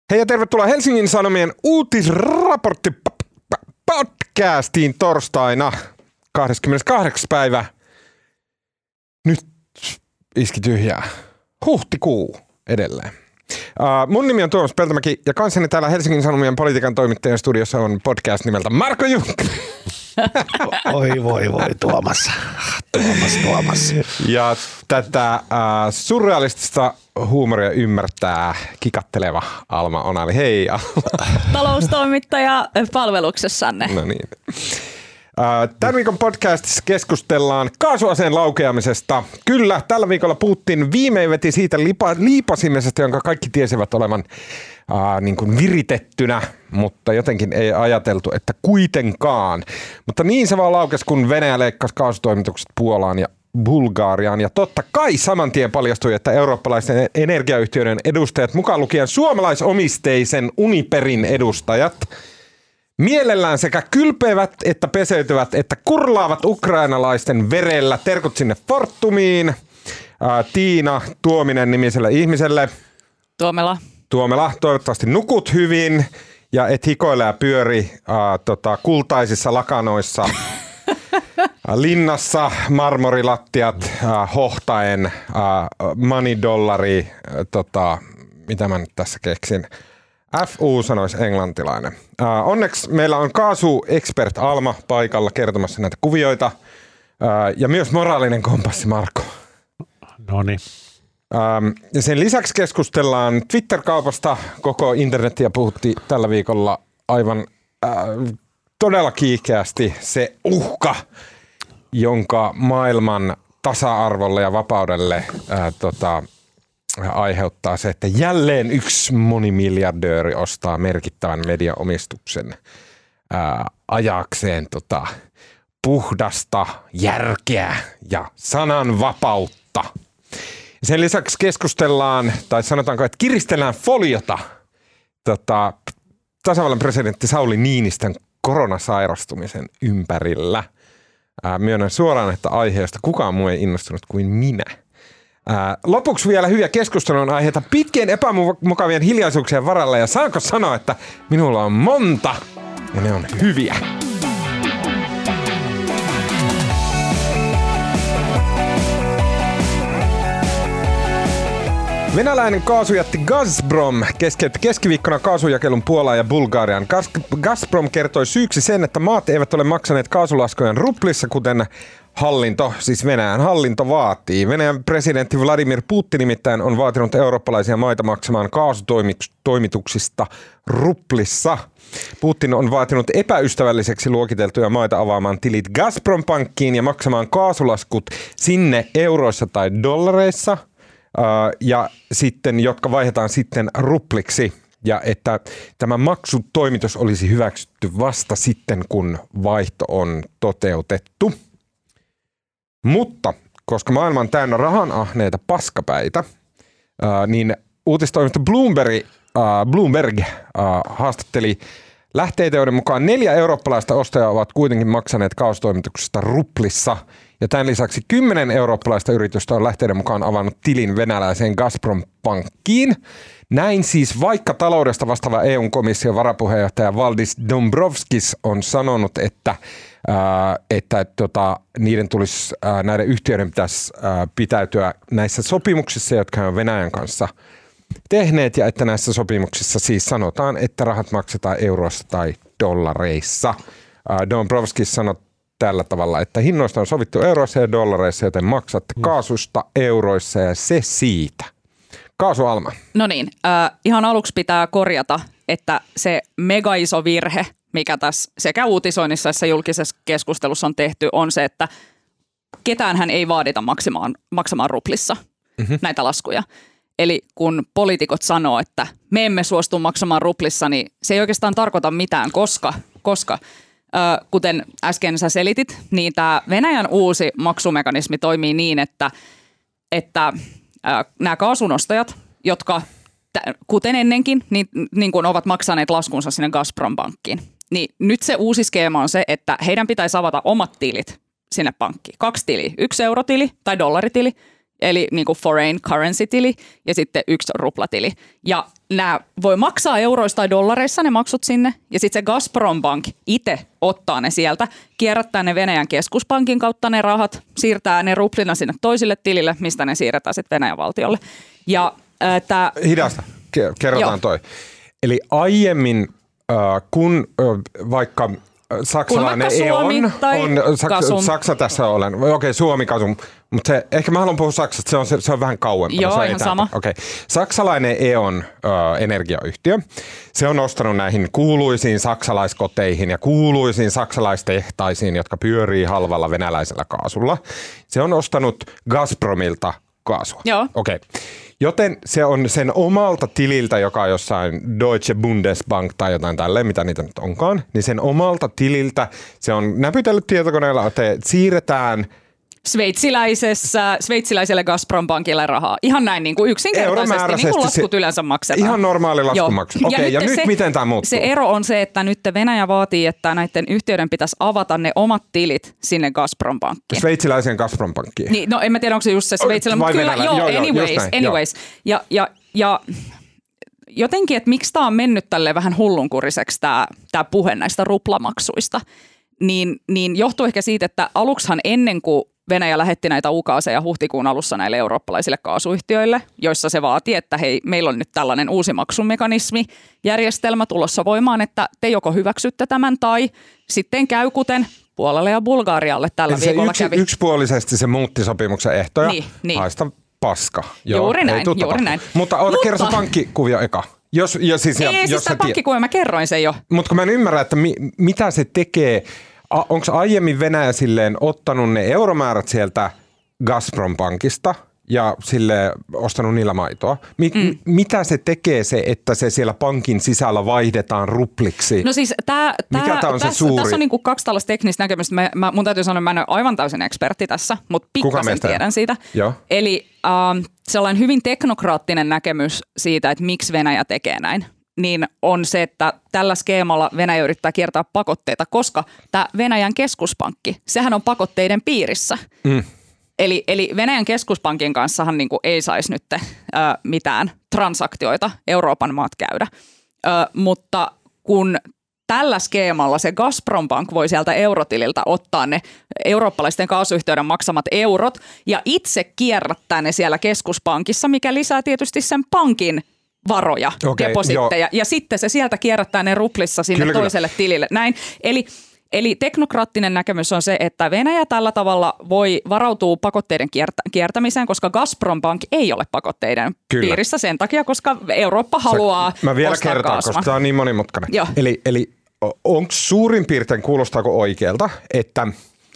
Hei ja tervetuloa Helsingin Sanomien uutisraportti-podcastiin torstaina 28. päivä. Nyt iski tyhjää. Huhtikuu edelleen. Mun nimi on Tuomas Peltomäki ja kanssani täällä Helsingin Sanomien politiikan toimittajan studiossa on podcast nimeltä Marko Junkkari. Voi, Tuomas. Ja tätä surrealistista huumoria ymmärtää kikatteleva Alma Onali. Hei Alma. Taloustoimittaja palveluksessanne. No niin. Tämän viikon podcastissa keskustellaan kaasuaseen laukeamisesta. Kyllä, tällä viikolla Putin viimein veti siitä liipasimisesta, jonka kaikki tiesivät olevan niin kuin viritettynä, mutta jotenkin ei ajateltu, että kuitenkaan. Mutta niin se vaan laukesi, kun Venäjä leikkasi kaasutoimitukset Puolaan ja Bulgariaan. Ja totta kai saman tien paljastui, että eurooppalaisten energiayhtiöiden edustajat, mukaan lukien suomalaisomisteisen Uniperin edustajat, mielellään sekä kylpevät, että peseytyvät, että kurlaavat ukrainalaisten verellä. Terkut sinne Fortumiin. Tiina Tuominen nimiselle ihmiselle. Tuomela, toivottavasti nukut hyvin ja et hikoile ja pyöri kultaisissa lakanoissa linnassa, marmorilattiat hohtaen, money-dollari, mitä mä nyt tässä keksin. FU sanoisi englantilainen. Onneksi meillä on kaasuexpert Alma paikalla kertomassa näitä kuvioita ja myös moraalinen kompassi Marko. Noniin. Ja sen lisäksi keskustellaan Twitter-kaupasta. Koko internetiä puhuttiin tällä viikolla aivan todella kiihkeästi se uhka, jonka maailman tasa-arvolle ja vapaudelle aiheuttaa se, että jälleen yksi monimiljardööri ostaa merkittävän mediaomistuksen ajakseen puhdasta järkeä ja sananvapautta. Sen lisäksi keskustellaan, tai sanotaanko, että kiristellään foliota tasavallan presidentti Sauli Niinistön koronasairastumisen ympärillä. Myönnän suoraan, että aiheesta kukaan muu ei innostunut kuin minä. Lopuksi vielä hyviä keskustelun aiheita pitkien epämukavien hiljaisuuksien varalla. Ja saanko sanoa, että minulla on monta ja ne on hyviä. Venäläinen kaasujätti Gazprom keskeytti keskiviikkona kaasujakelun Puolaan ja Bulgariaan. Gazprom kertoi syyksi sen, että maat eivät ole maksaneet kaasulaskojaan ruplissa, kuten Venäjän hallinto vaatii. Venäjän presidentti Vladimir Putin nimittäin on vaatinut eurooppalaisia maita maksamaan kaasutoimituksista ruplissa. Putin on vaatinut epäystävälliseksi luokiteltuja maita avaamaan tilit Gazprom-pankkiin ja maksamaan kaasulaskut sinne euroissa tai dollareissa. Ja sitten, jotka vaihdetaan sitten rupliksi, ja että tämä maksutoimitus olisi hyväksytty vasta sitten, kun vaihto on toteutettu. Mutta koska maailma on täynnä rahanahneita paskapäitä, niin uutistoimisto Bloomberg haastatteli lähteitä, joiden mukaan 4 eurooppalaista ostajaa ovat kuitenkin maksaneet kaasutoimituksesta ruplissa. Ja tämän lisäksi 10 eurooppalaista yritystä on lähteiden mukaan avannut tilin venäläiseen Gazprom-pankkiin. Näin siis vaikka taloudesta vastaava EU-komission varapuheenjohtaja Valdis Dombrovskis on sanonut, että niiden tulisi, näiden yhtiöiden pitäisi pitäytyä näissä sopimuksissa, jotka on Venäjän kanssa tehneet, ja että näissä sopimuksissa siis sanotaan, että rahat maksetaan euroissa tai dollareissa. Dombrovskis sanoi tällä tavalla, että hinnoista on sovittu euroissa ja dollareissa, joten maksatte kaasusta euroissa ja se siitä. Kaasu Alma. No niin, ihan aluksi pitää korjata, että se mega iso virhe, mikä tässä sekä uutisoinnissa että julkisessa keskustelussa on tehty, on se, että ketäänhän ei vaadita maksamaan ruplissa näitä laskuja. Eli kun poliitikot sanoo, että me emme suostu maksamaan ruplissa, niin se ei oikeastaan tarkoita mitään, koska kuten äsken sä selitit, niin tämä Venäjän uusi maksumekanismi toimii niin, että nämä kaasunostajat, jotka kuten ennenkin, niin kuin ovat maksaneet laskunsa sinne Gazprom-pankkiin, niin nyt se uusi skeema on se, että heidän pitäisi avata omat tilit sinne pankkiin. 2 tiliä, 1 eurotili tai dollaritili eli niin kuin foreign currency-tili ja sitten 1 ruplatili. Ja nämä voi maksaa euroissa tai dollareissa ne maksut sinne ja sitten se Gazprombank itse ottaa ne sieltä, kierrättää ne Venäjän keskuspankin kautta ne rahat, siirtää ne ruplina sinne toisille tilille, mistä ne siirretään sitten Venäjän valtiolle. Ja hidasta, kerrotaan toi. Eli aiemmin, kun vaikka saksalainen E.ON on, Saksa tässä olen, okei, Suomi Gasum, mutta ehkä mä haluan puhua Saksasta, se on vähän kauempana. Joo, ihan sama. Okei. Saksalainen E.ON energiayhtiö, se on ostanut näihin kuuluisiin saksalaiskoteihin ja kuuluisiin saksalaistehtaisiin, jotka pyörii halvalla venäläisellä kaasulla. Se on ostanut Gazpromilta kaasua. Joo. Okei. Joten se on sen omalta tililtä, joka on jossain Deutsche Bundesbank tai jotain tälleen, mitä niitä nyt onkaan, niin sen omalta tililtä se on näpytellyt tietokoneella, että siirretään sveitsiläiselle Gazprombankille rahaa. Ihan näin niin kuin yksinkertaisesti, niin kuin laskut yleensä maksetaan. Ihan normaali laskumaksu. Okei, ja nyt miten tämä muuttuu? Se ero on se, että nyt Venäjä vaatii, että näiden yhtiöiden pitäisi avata ne omat tilit sinne Gazprombankkiin. Sveitsiläiseen Gazprombankkiin. Niin, no en mä tiedä, onko se just se sveitsiläinen, mutta kyllä, anyways. Ja jotenkin, että miksi tämä on mennyt tälleen vähän hullunkuriseksi tämä puhe näistä ruplamaksuista, niin johtuu ehkä siitä, että aluksihan ennen kuin Venäjä lähetti näitä ukaaseja huhtikuun alussa näille eurooppalaisille kaasuyhtiöille, joissa se vaatii, että hei, meillä on nyt tällainen uusi maksumekanismi, järjestelmä tulossa voimaan, että te joko hyväksytte tämän tai sitten käy kuten Puolalle ja Bulgarialle tällä viikolla kävi. Yksipuolisesti se muutti sopimuksen ehtoja. Niin. Haista paska. Joo, juuri näin. Mutta kerro se pankkikuvio eka. Jos tämä pankkikuvio, mä kerroin sen jo. Mutta kun mä en ymmärrä, että mitä se tekee. Onko aiemmin Venäjä silleen ottanut ne euromäärät sieltä Gazprombankista ja sille ostanut niillä maitoa? Mitä se tekee se, että se siellä pankin sisällä vaihdetaan rupliksi? No siis tässä on niinku 2 tällaista teknistä näkemystä. Mun täytyy sanoa, että mä en ole aivan täysin ekspertti tässä, mutta pikkasen tiedän siitä. Joo. Eli sellainen hyvin teknokraattinen näkemys siitä, että miksi Venäjä tekee näin, niin on se, että tällä skeemalla Venäjä yrittää kiertää pakotteita, koska tämä Venäjän keskuspankki, sehän on pakotteiden piirissä. Eli Venäjän keskuspankin kanssahan niin kuin ei saisi nyt mitään transaktioita Euroopan maat käydä, mutta kun tällä skeemalla se Gazprombank voi sieltä eurotililtä ottaa ne eurooppalaisten kaasuyhtiöiden maksamat eurot ja itse kierrättää ne siellä keskuspankissa, mikä lisää tietysti sen pankin varoja, depositteja, ja sitten se sieltä kierrättää ne ruplissa sinne toiselle tilille. Näin. Eli teknokraattinen näkemys on se, että Venäjä tällä tavalla voi varautua pakotteiden kiertämiseen, koska Gazprombank ei ole pakotteiden piirissä sen takia, koska Eurooppa haluaa Mä vielä kertaan, koska tämä on niin monimutkainen. Eli onko suurin piirtein, kuulostaako oikealta, että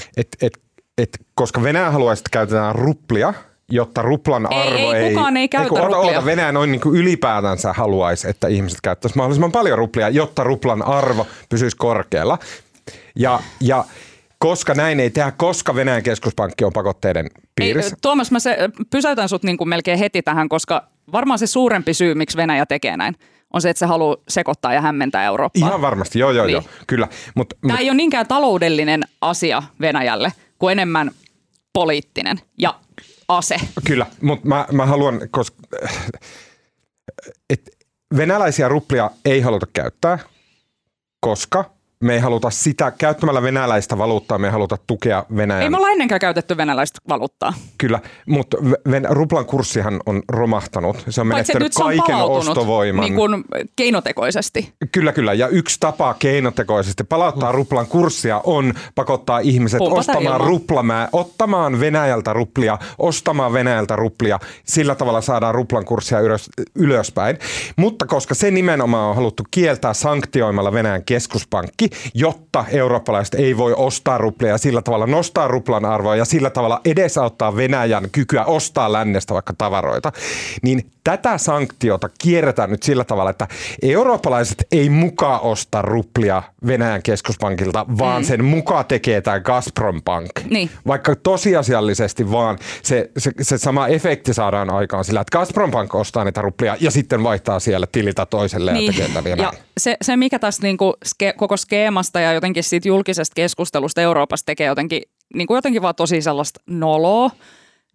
koska Venäjä haluaa, että käytetään ruplia, jotta ruplan arvo ei... kukaan ei käytä ruplia. Venäjä noin niin kuin ylipäätänsä haluaisi, että ihmiset käyttäisivät mahdollisimman paljon ruplia, jotta ruplan arvo pysyisi korkealla. Ja koska näin ei tehdä, koska Venäjän keskuspankki on pakotteiden piirissä. Tuomas, mä pysäytän sut niin kuin melkein heti tähän, koska varmaan se suurempi syy, miksi Venäjä tekee näin, on se, että se haluaa sekoittaa ja hämmentää Eurooppaa. Ihan varmasti, joo, kyllä. Tämä ei ole niinkään taloudellinen asia Venäjälle, kuin enemmän poliittinen ja ase. Kyllä, mutta mä haluan, koska venäläisiä ruplia ei haluta käyttää, koska me ei haluta sitä, käyttämällä venäläistä valuuttaa, me ei haluta tukea Venäjän. Ei me olla ennenkään käytetty venäläistä valuuttaa. Kyllä, mutta ruplan kurssihan on romahtanut. Se on menettänyt kaiken ostovoiman. Niin kuin keinotekoisesti. Kyllä. Ja yksi tapa keinotekoisesti palauttaa ruplan kurssia on pakottaa ihmiset ottamaan Venäjältä ruplia, ostamaan Venäjältä ruplia. Sillä tavalla saadaan ruplan kurssia ylöspäin. Mutta koska se nimenomaan on haluttu kieltää sanktioimalla Venäjän keskuspankki, jotta eurooppalaiset ei voi ostaa ruplia ja sillä tavalla nostaa ruplan arvoa ja sillä tavalla edesauttaa Venäjän kykyä ostaa lännestä vaikka tavaroita, niin tätä sanktiota kierretään nyt sillä tavalla, että eurooppalaiset ei mukaan osta ruplia Venäjän keskuspankilta, vaan sen mukaan tekee tämä Gazprombank. Niin. Vaikka tosiasiallisesti vaan se sama efekti saadaan aikaan sillä, että Gazprombank ostaa niitä ruplia ja sitten vaihtaa siellä tililtä toiselle ja tekee tätä vielä. Se mikä tässä niinku koko skeemasta ja jotenkin siitä julkisesta keskustelusta Euroopassa tekee jotenkin vaan tosi sellaista noloa,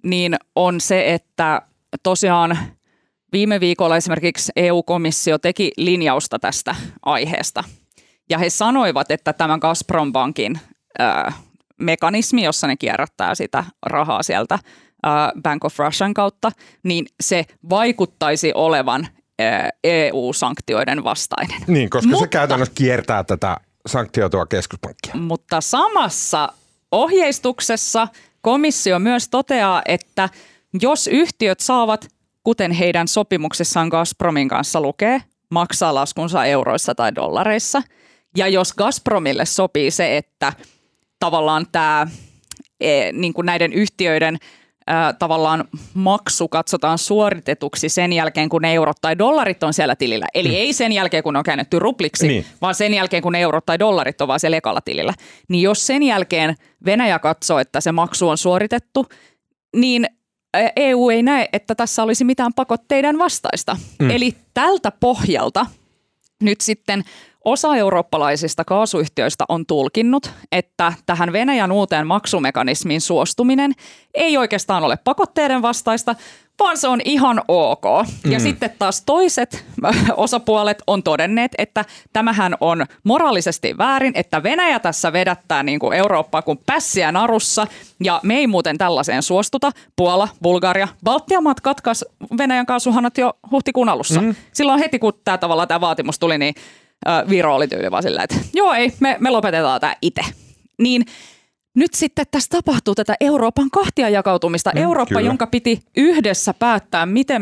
niin on se, että tosiaan viime viikolla esimerkiksi EU-komissio teki linjausta tästä aiheesta. Ja he sanoivat, että tämän Gazprombankin mekanismi, jossa ne kierrättää sitä rahaa sieltä Bank of Russian kautta, niin se vaikuttaisi olevan EU-sanktioiden vastainen. Niin, koska se käytännössä kiertää tätä sanktioitua keskuspankkia. Mutta samassa ohjeistuksessa komissio myös toteaa, että jos yhtiöt saavat, kuten heidän sopimuksessaan Gazpromin kanssa lukee, maksaa laskunsa euroissa tai dollareissa, ja jos Gazpromille sopii se, että tavallaan tämä niin kuin näiden yhtiöiden tavallaan maksu katsotaan suoritetuksi sen jälkeen, kun ne eurot tai dollarit on siellä tilillä. Eli ei sen jälkeen, kun on käännetty rupliksi, vaan sen jälkeen, kun ne eurot tai dollarit on vaan siellä ekalla tilillä. Niin jos sen jälkeen Venäjä katsoo, että se maksu on suoritettu, niin EU ei näe, että tässä olisi mitään pakotteiden vastaista. Eli tältä pohjalta nyt sitten osa eurooppalaisista kaasuyhtiöistä on tulkinnut, että tähän Venäjän uuteen maksumekanismiin suostuminen ei oikeastaan ole pakotteiden vastaista, vaan se on ihan ok. Ja sitten taas toiset osapuolet on todenneet, että tämähän on moraalisesti väärin, että Venäjä tässä vedättää niin kuin Eurooppaa kuin pässiä narussa, ja me ei muuten tällaiseen suostuta. Puola, Bulgaria, Baltian maat katkaisi Venäjän kaasuhanat jo huhtikuun alussa. Silloin heti, kun tämä vaatimus tuli, niin Viro oli tyyli vaan silleen, että joo ei, me lopetetaan tämä itse. Niin nyt sitten tässä tapahtuu tätä Euroopan kahtiajakautumista. Eurooppa, kyllä, jonka piti yhdessä päättää, miten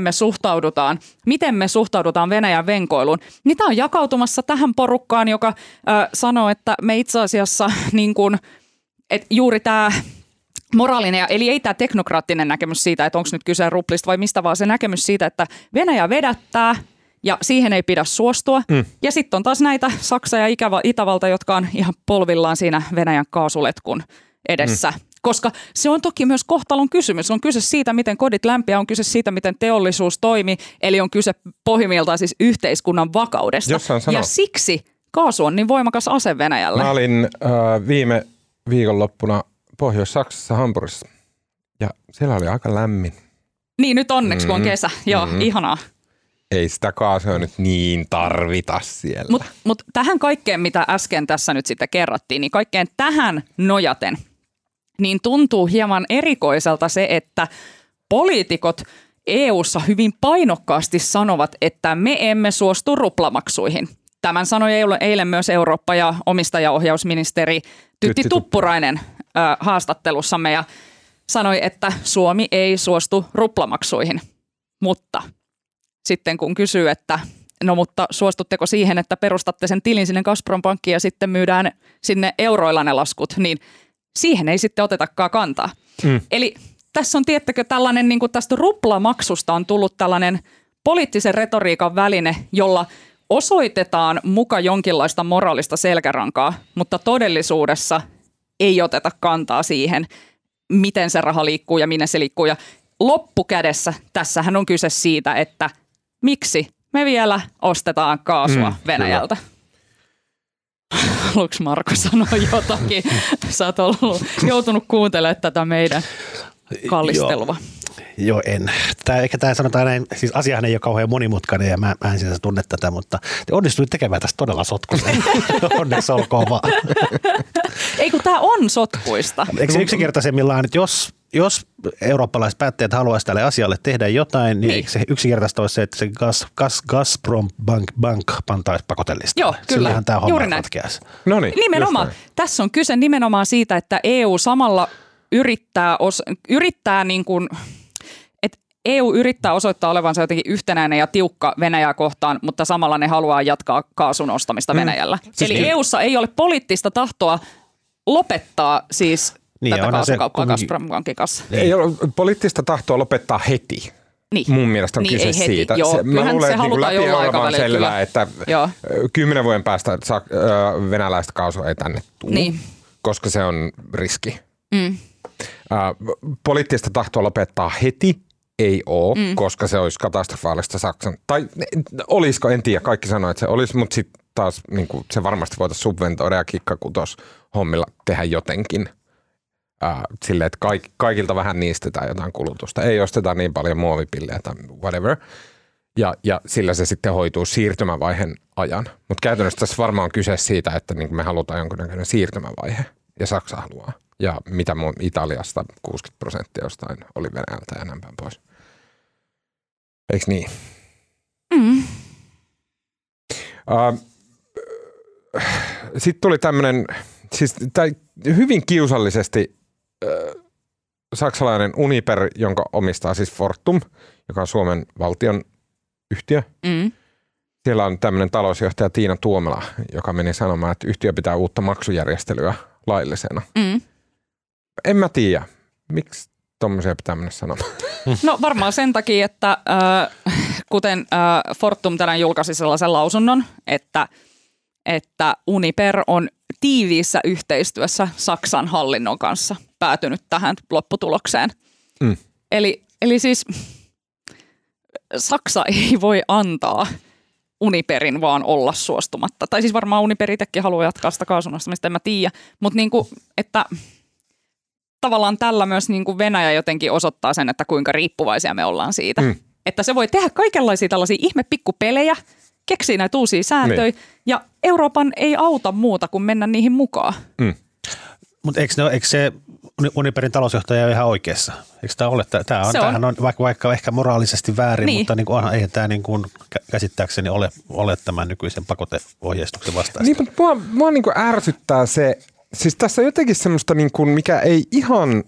me suhtaudutaan Venäjän venkoiluun. Niin tämä on jakautumassa tähän porukkaan, joka sanoo, että me itse asiassa niin kuin, että juuri tämä moraalinen, eli ei tämä teknokraattinen näkemys siitä, että onko nyt kyse ruplista vai mistä, vaan se näkemys siitä, että Venäjä vedättää ja siihen ei pidä suostua. Ja sitten on taas näitä Saksa ja Itävalta, jotka on ihan polvillaan siinä Venäjän kaasuletkun edessä. Koska se on toki myös kohtalon kysymys. On kyse siitä, miten kodit lämpiää, on kyse siitä, miten teollisuus toimii, eli on kyse pohjimmiltaan siis yhteiskunnan vakaudesta. Ja siksi kaasu on niin voimakas ase Venäjälle. Mä olin viime viikonloppuna Pohjois-Saksassa Hampurissa ja siellä oli aika lämmin. Niin, nyt onneksi, kun on kesä. Joo, ihanaa. Ei sitä kaasua nyt niin tarvita siellä. Mut tähän kaikkeen, mitä äsken tässä nyt sitten kerrattiin, niin kaikkeen tähän nojaten, niin tuntuu hieman erikoiselta se, että poliitikot EU:ssa hyvin painokkaasti sanovat, että me emme suostu ruplamaksuihin. Tämän sanoi eilen myös Eurooppa- ja omistajaohjausministeri Tytti Tuppurainen haastattelussamme ja sanoi, että Suomi ei suostu ruplamaksuihin, mutta sitten kun kysyy, että no mutta suostutteko siihen, että perustatte sen tilin sinne Gazprom-pankkiin ja sitten myydään sinne euroilla ne laskut, niin siihen ei sitten otetakaan kantaa. Eli tässä on, tiettäkö, tällainen niin kuin tästä ruplamaksusta on tullut tällainen poliittisen retoriikan väline, jolla osoitetaan muka jonkinlaista moraalista selkärankaa, mutta todellisuudessa ei oteta kantaa siihen, miten se raha liikkuu ja minne se liikkuu. Ja loppukädessä tässähän on kyse siitä, että miksi me vielä ostetaan kaasua Venäjältä. Haluatko Marko sanoa jotakin? Sä oot joutunut kuuntelemaan tätä meidän kallistelua. Joo, en. Ehkä tämä sanotaan näin, siis asiahan ei ole kauhean monimutkainen ja mä en sinänsä tunne tätä, mutta te onnistuit tekemään tästä todella sotkuisen. Onneksi olkoon vaan. Ei kun tämä on sotkuista. Eikö se yksinkertaisemmillaan, että jos eurooppalaiset päättäjät haluaisivat tälle asialle tehdä jotain, niin eikö se yksinkertaista olisi se, että se Gazprom Bank pantaisi pakotellista? Joo, kyllä. Sillähän tämä homma ratkeaisi. No niin, nimenomaan. Tässä on kyse nimenomaan siitä, että EU samalla yrittää niin kuin, että EU yrittää osoittaa olevansa jotenkin yhtenäinen ja tiukka Venäjää kohtaan, mutta samalla ne haluaa jatkaa kaasun ostamista Venäjällä. Siis eli EUssa ei ole poliittista tahtoa lopettaa siis tätä kaasukauppaa Gazprom-pankin kanssa. Ei ole poliittista tahtoa lopettaa heti. Niin. Mun mielestä on kyse siitä. Mä luulen, että niin läpi olevan selvää, että 10 vuoden päästä venäläistä kaasua ei tänne tule, koska se on riski. Poliittista tahtoa lopettaa heti ei ole, koska se olisi katastrofaalista Saksan. Tai olisiko, en tiedä, kaikki sanoo, että se olisi, mutta sitten taas niin kuin, se varmasti voitaisiin subventoida ja kikkakutos hommilla tehdä jotenkin. silleen, että kaikilta vähän niistetään jotain kulutusta. Ei osteta niin paljon muovipillejä tai whatever. Ja sillä se sitten hoituu siirtymävaiheen ajan. Mutta käytännössä tässä varmaan on kyse siitä, että niin me halutaan jonkinnäköinen siirtymävaihe. Ja Saksa haluaa. Ja mitä Italiasta 60% jostain oli Venäjältä ja näin päin pois. Eikö niin? Sitten tuli tämmöinen, siis hyvin kiusallisesti saksalainen Uniper, jonka omistaa siis Fortum, joka on Suomen valtion yhtiö. Siellä on tämmöinen talousjohtaja Tiina Tuomela, joka meni sanomaan, että yhtiö pitää uutta maksujärjestelyä laillisena. En mä tiedä, miksi tommoisia pitää mennä sanomaan. No varmaan sen takia, että kuten Fortum tänään julkaisi sellaisen lausunnon, että Uniper on tiiviissä yhteistyössä Saksan hallinnon kanssa päätynyt tähän lopputulokseen. Eli siis Saksa ei voi antaa Uniperin vaan olla suostumatta. Tai siis varmaan Uniper itsekin haluaa jatkaa sitä kaasunastamista, en mä tiedä. Mutta niinku, että tavallaan tällä myös niinku Venäjä jotenkin osoittaa sen, että kuinka riippuvaisia me ollaan siitä. Että se voi tehdä kaikenlaisia tällaisia ihmepikkupelejä, keksii näitä uusia sääntöjä, ja Euroopan ei auta muuta kuin mennä niihin mukaan. Mutta eikö se Uniperin talousjohtaja ole ihan oikeassa? Eikö tämä ole? Tämähän on vaikka ehkä moraalisesti väärin, niin. Mutta niin eihän tämä niin kuin käsittääkseni ole tämän nykyisen pakoteohjeistuksen vastaista. Niin, mutta mua niin kuin ärsyttää se, siis tässä on jotenkin semmoista, niin kuin, mikä ei ihan,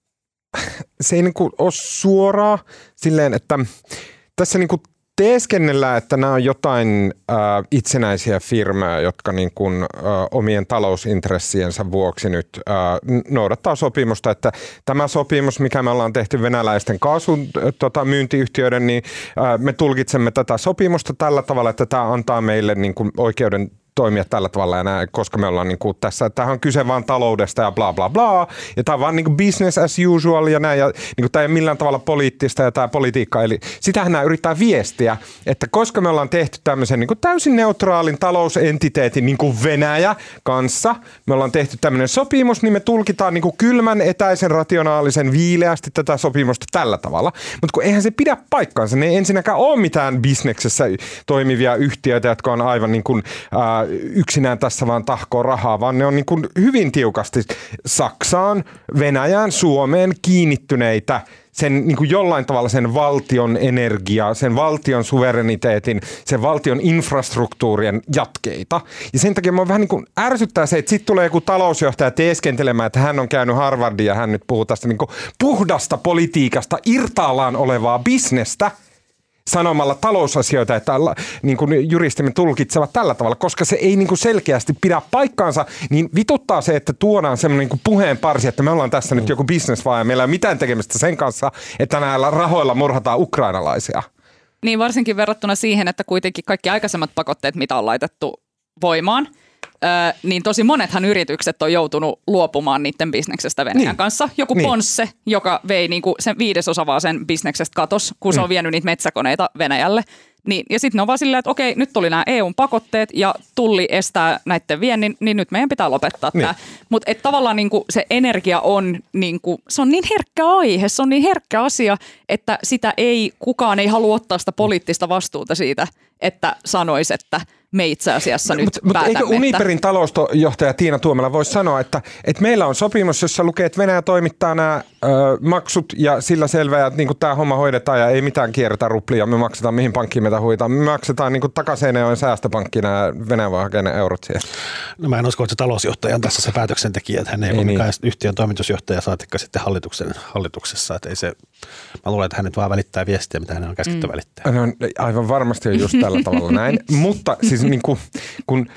se ei niin kuin ole suoraa silleen, että tässä niin kuin teeskennellään, että nämä on jotain itsenäisiä firmoja, jotka niin kuin, omien talousintressiensä vuoksi nyt noudattaa sopimusta, että tämä sopimus, mikä me ollaan tehty venäläisten kaasun myyntiyhtiöiden, niin me tulkitsemme tätä sopimusta tällä tavalla, että tämä antaa meille niin kuin oikeuden toimia tällä tavalla ja näin, koska me ollaan niin kuin tässä, tämähän on kyse vaan taloudesta ja bla bla bla, ja tämä on vaan niin kuin business as usual ja näin, ja niin kuin tämä ei millään tavalla poliittista ja tämä politiikka, eli sitähän nämä yrittää viestiä, että koska me ollaan tehty tämmöisen niin kuin täysin neutraalin talousentiteetin niin kuin Venäjä kanssa, me ollaan tehty tämmöinen sopimus, niin me tulkitaan niin kuin kylmän, etäisen, rationaalisen, viileästi tätä sopimusta tällä tavalla, mutta kun eihän se pidä paikkaansa, ne ei ensinnäkään ole mitään bisneksessä toimivia yhtiöitä, jotka on aivan niin kuin yksinään tässä vaan tahkoo rahaa, vaan ne on niin kuin hyvin tiukasti Saksaan, Venäjään, Suomeen kiinnittyneitä sen niin kuin jollain tavalla sen valtion energiaa, sen valtion suvereniteetin, sen valtion infrastruktuurien jatkeita. Ja sen takia mä vähän niin kuin ärsyttää se, että sitten tulee joku talousjohtaja teeskentelemään, että hän on käynyt Harvardia ja hän nyt puhuu tästä niin kuin puhdasta politiikasta, irtaallaan olevaa bisnestä, sanomalla talousasioita, että niin kuin juristimme tulkitsevat tällä tavalla, koska se ei niin kuin selkeästi pidä paikkaansa, niin vituttaa se, että tuodaan semmoinen niin kuin puheenparsi, että me ollaan tässä nyt joku business vaan ja meillä ei ole mitään tekemistä sen kanssa, että näillä rahoilla murhataan ukrainalaisia. Niin varsinkin verrattuna siihen, että kuitenkin kaikki aikaisemmat pakotteet, mitä on laitettu voimaan, niin tosi monethan yritykset on joutunut luopumaan niiden bisneksestä Venäjän kanssa. Joku Ponsse, joka vei niinku sen 5% vaan sen bisneksestä katos, kun se on vienyt niitä metsäkoneita Venäjälle. Niin, ja sitten ne on vaan silleen, että okei, nyt tuli nämä EUn pakotteet ja tulli estää näiden viennin, niin nyt meidän pitää lopettaa tämä. Mutta tavallaan niinku se energia on, niinku, se on niin herkkä aihe, se on niin herkkä asia, että kukaan ei halua ottaa sitä poliittista vastuuta siitä, että sanoisi, että me itse asiassa nyt päätämme. Mutta eikö Uniperin talousjohtaja Tiina Tuomela voisi sanoa, että meillä on sopimus, jossa lukee, että Venäjä toimittaa nämä maksut ja sillä selvää, että niin tämä homma hoidetaan ja ei mitään kierretä ruplia, me maksetaan mihin pankkiin meitä huitaan. Me maksetaan niin takaisin säästöpankkiin ja Venäjä voi hakea ne eurot siihen. No mä en usko, että se talousjohtaja on tässä se päätöksentekijä, että hän ei ole mikään yhtiön toimitusjohtaja, saatikka sitten hallituksessa. Että ei se, mä luulen, että hän nyt vaan välittää viestiä, mitä hän on käsketty välittää. No, aivan varmasti on just tällä tavalla näin, mutta siis niin kuin, kun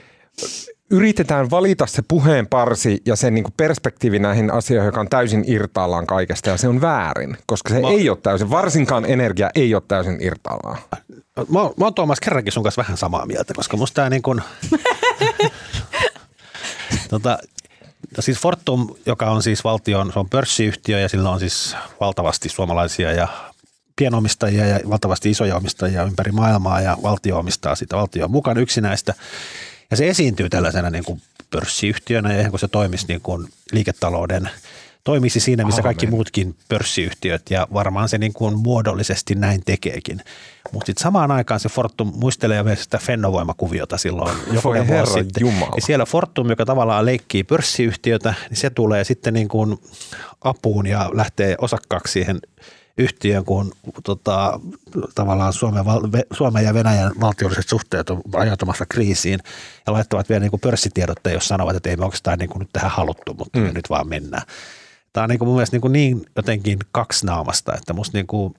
yritetään valita se puheenparsi ja sen niin kuin perspektiivi näihin asioihin, joka on täysin irtaallaan kaikesta ja se on väärin, koska se ei ole täysin, varsinkaan energia ei ole täysin irtaallaan. Mä oon Tuomas kerrankin sun kanssa vähän samaa mieltä, koska musta tää niin kuin siis Fortum, joka on siis valtion, se on pörssiyhtiö ja sillä on siis valtavasti suomalaisia ja pienomistajia ja valtavasti isoja omistajia ympäri maailmaa ja valtio omistaa sitä, valtio on mukana yksinäistä. Ja se esiintyy tällaisena niin kuin pörssiyhtiönä ja kun se toimisi niin kuin liiketalouden toimisi siinä, missä kaikki muutkin pörssiyhtiöt ja varmaan se niin kuin muodollisesti näin tekeekin. Mutta sitten samaan aikaan se Fortum muistelee myös sitä Fennovoima-kuviota silloin joku vuosi sitten. Ja siellä Fortum, joka tavallaan leikkii pörssiyhtiötä, niin se tulee sitten niin kuin apuun ja lähtee osakkaaksi siihen yhtiön, kun tavallaan Suomen ja Venäjän valtiolliset suhteet on ajautumassa kriisiin ja laittavat vielä niin kuin pörssitiedotteen, jos sanovat, että ei me oikeastaan niin kuin nyt tähän haluttu, mutta me nyt vaan mennään. Tämä on niin kuin mun mielestä niin jotenkin kaksinaamasta, että musta niin kuin,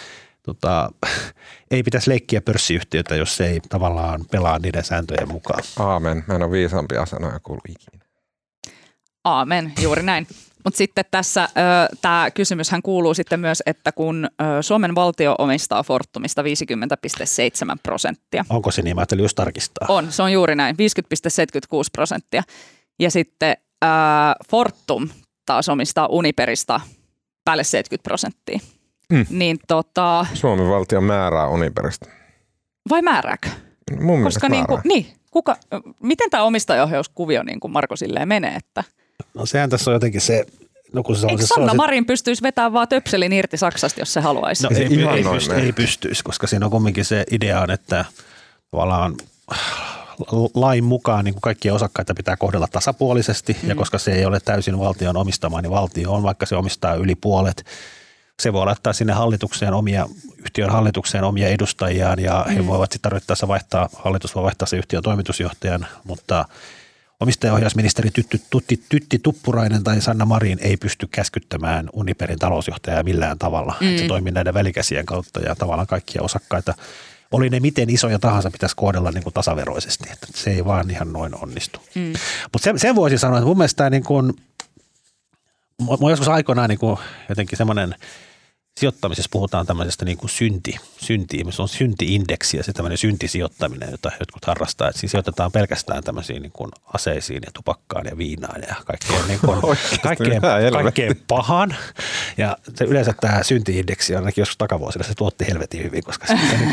ei pitäisi leikkiä pörssiyhtiötä, jos se ei tavallaan pelaa niiden sääntöjen mukaan. Aamen. Mä en ole viisaampia sanoja kuullut ikinä. Aamen, juuri näin. Mutta sitten tässä tämä kysymyshän kuuluu sitten myös, että kun Suomen valtio omistaa Fortumista 50,7%. Onko se niin? Mä ajattelin just tarkistaa. On, se on juuri näin, 50,76%. Ja sitten Fortum taas omistaa Uniperista päälle 70%. Niin Suomen valtio määrää Uniperista. Vai määrääkö? Mun mielestä määrää. Miten tämä omistajaohjauskuvio niin kuin Marko silleen menee, että... No sehän tässä on jotenkin se... No kun se on, eikö Sanna Marin pystyisi vetämään vaan töpselin irti Saksasta, jos se haluaisi? No ei pystyisi, koska siinä on kumminkin se idea on, että tavallaan lain mukaan niin kuin kaikkia osakkaita pitää kohdella tasapuolisesti, ja koska se ei ole täysin valtion omistama, niin valtio on, vaikka se omistaa yli puolet. Se voi laittaa sinne yhtiön hallitukseen omia edustajiaan, ja he voivat sitten tarvittaessa hallitus voi vaihtaa se yhtiön toimitusjohtajan, mutta omistajaohjausministeri Tytti Tuppurainen tai Sanna Marin ei pysty käskyttämään Uniperin talousjohtajaa millään tavalla. Se toimii näiden välikäsien kautta ja tavallaan kaikkia osakkaita, oli ne miten isoja tahansa, pitäisi kohdella niin kuin tasaveroisesti. Että se ei vaan ihan noin onnistu. Mutta sen voisi sanoa, että mun mielestä tämä niin kuin, mä joskus aikoinaan niin kuin jotenkin semmoinen sijoittamisessa puhutaan tämmöisestä niin kuin se on synti-indeksi ja se tämmöinen syntisijoittaminen, jota jotkut harrastaa. Että siis sijoitetaan pelkästään tämmöisiin niin kuin aseisiin ja tupakkaan ja viinaan ja kaikkeen pahan. Ja se yleensä tämä synti-indeksi ainakin joskus takavuosina se tuotti helvetin hyvin, koska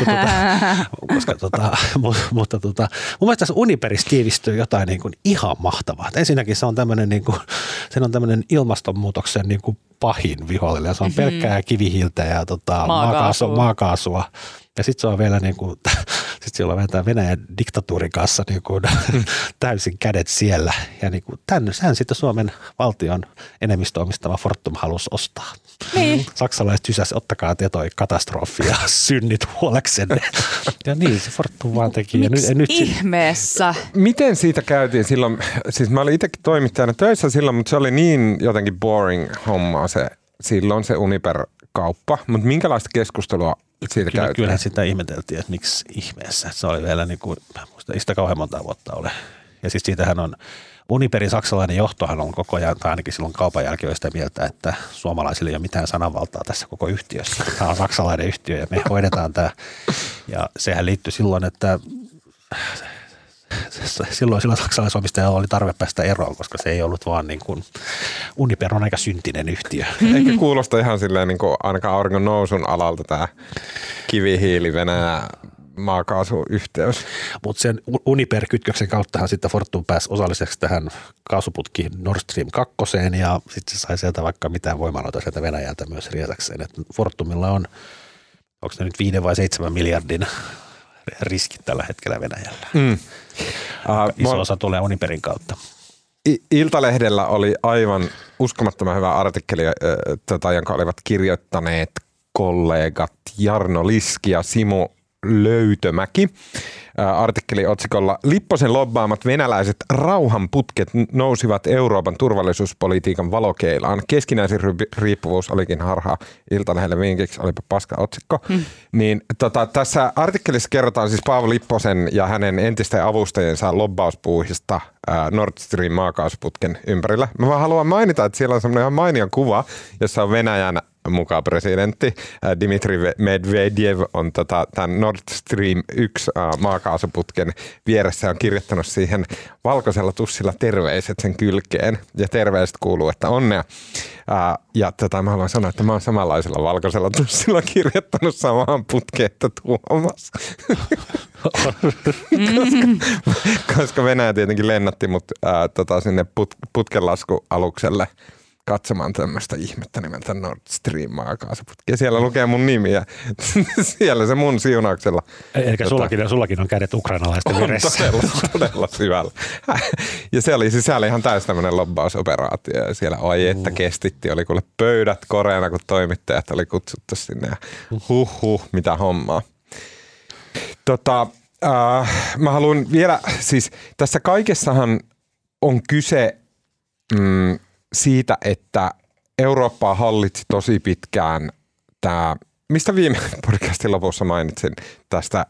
mutta mun mielestä tässä Uniperissa tiivistyy jotain niin kuin ihan mahtavaa. Et ensinnäkin se on tämmöinen niin kuin, sen on tämmöinen ilmastonmuutoksen niin kuin pahin vihollinen. Se on pelkkää kivihiiltä ja maakaasua. Ja sitten se on vielä niin kuin, sit siellä on vielä tämä Venäjän diktatuurin kanssa niin kuin täysin kädet siellä. Ja niin kuin tämän sitten Suomen valtion enemmistöomistama Fortum halusi ostaa. Niin. Saksalaiset sysäsi, ottakaa te toi katastrofi ja synnit huoleksenne. Ja niin se Fortum vaan teki. Nyt ihmeessä? Miten siitä käytiin silloin? Siis mä olin itsekin toimittajana töissä silloin, mutta se oli niin jotenkin boring hommaa silloin se Uniper-kauppa. Mutta minkälaista keskustelua siitä käytiin? Kyllähän sitä ihmeteltiin, että miksi ihmeessä. Se oli vielä niin kuin, muista ei sitä kauhean monta vuotta ole. Ja siis siitähän on Uniperin saksalainen johtohan on koko ajan, tai ainakin silloin kaupan jälkeen sitä mieltä, että suomalaisilla ei ole mitään sananvaltaa tässä koko yhtiössä. Tämä on saksalainen yhtiö ja me hoidetaan tämä. Ja sehän liittyi silloin, että silloin saksalaisomistajalla oli tarve päästä eroon, koska se ei ollut vaan niin kuin, Uniper on aika syntinen yhtiö. Eikä kuulosta ihan silleen niin kuin ainakaan auringon nousun alalta tämä kivihiili Venäjä maakaasuyhteys. Mutta sen Uniper-kytköksen kauttahan sitten Fortum pääsi osalliseksi tähän kaasuputki Nord Stream 2 ja sitten se sai sieltä vaikka mitään voimaloita sieltä Venäjältä myös riesakseen. Et Fortumilla on, onko se nyt 5 vai 7 miljardin riskit tällä hetkellä Venäjällä. Iso osa tulee Uniperin kautta. Iltalehdellä oli aivan uskomattoman hyvä artikkeli, jonka olivat kirjoittaneet kollegat Jarno Liski ja Simo Löytömäki. Artikkeli otsikolla Lipposen lobbaamat venäläiset rauhanputket nousivat Euroopan turvallisuuspolitiikan valokeilaan. Keskinäisin riippuvuus olikin harhaa Iltalehdelle vinkiksi, olipa paska otsikko. Niin, tässä artikkelissa kerrotaan siis Paavo Lipposen ja hänen entisten avustajiensa lobbauspuuhista Nord Stream maakaasuputken ympärillä. Mä vaan haluan mainita, että siellä on semmoinen ihan mainio kuva, jossa on Venäjän mukaan presidentti Dmitri Medvedev on tämän Nord Stream 1 maakaasuputken vieressä on kirjoittanut siihen valkoisella tussilla terveiset sen kylkeen. Ja terveiset kuuluu, että onnea. Ja mä haluan sanoa, että mä oon samanlaisella valkoisella tussilla kirjoittanut samaan putkeen, että Tuomas. koska Venäjä tietenkin lennätti mut sinne putkenlaskualukselle katsomaan tämmöistä ihmettä nimeltä Nord Stream maakaasuputki. Ja siellä lukee mun nimi ja siellä se mun siunauksella. Eli sullakin on kädet ukrainalaisten veressä. Todella syvällä. Ja se oli sisällä ihan täysin tämmöinen lobbausoperaatio. Ja siellä että kestitti. Oli kuule pöydät koreana, kun toimittajat oli kutsuttu sinne. Ja mitä hommaa. Mä haluan vielä, siis tässä kaikessahan on kyse siitä, että Eurooppaa hallitsi tosi pitkään tämä, mistä viime podcastin lopussa mainitsin, tästä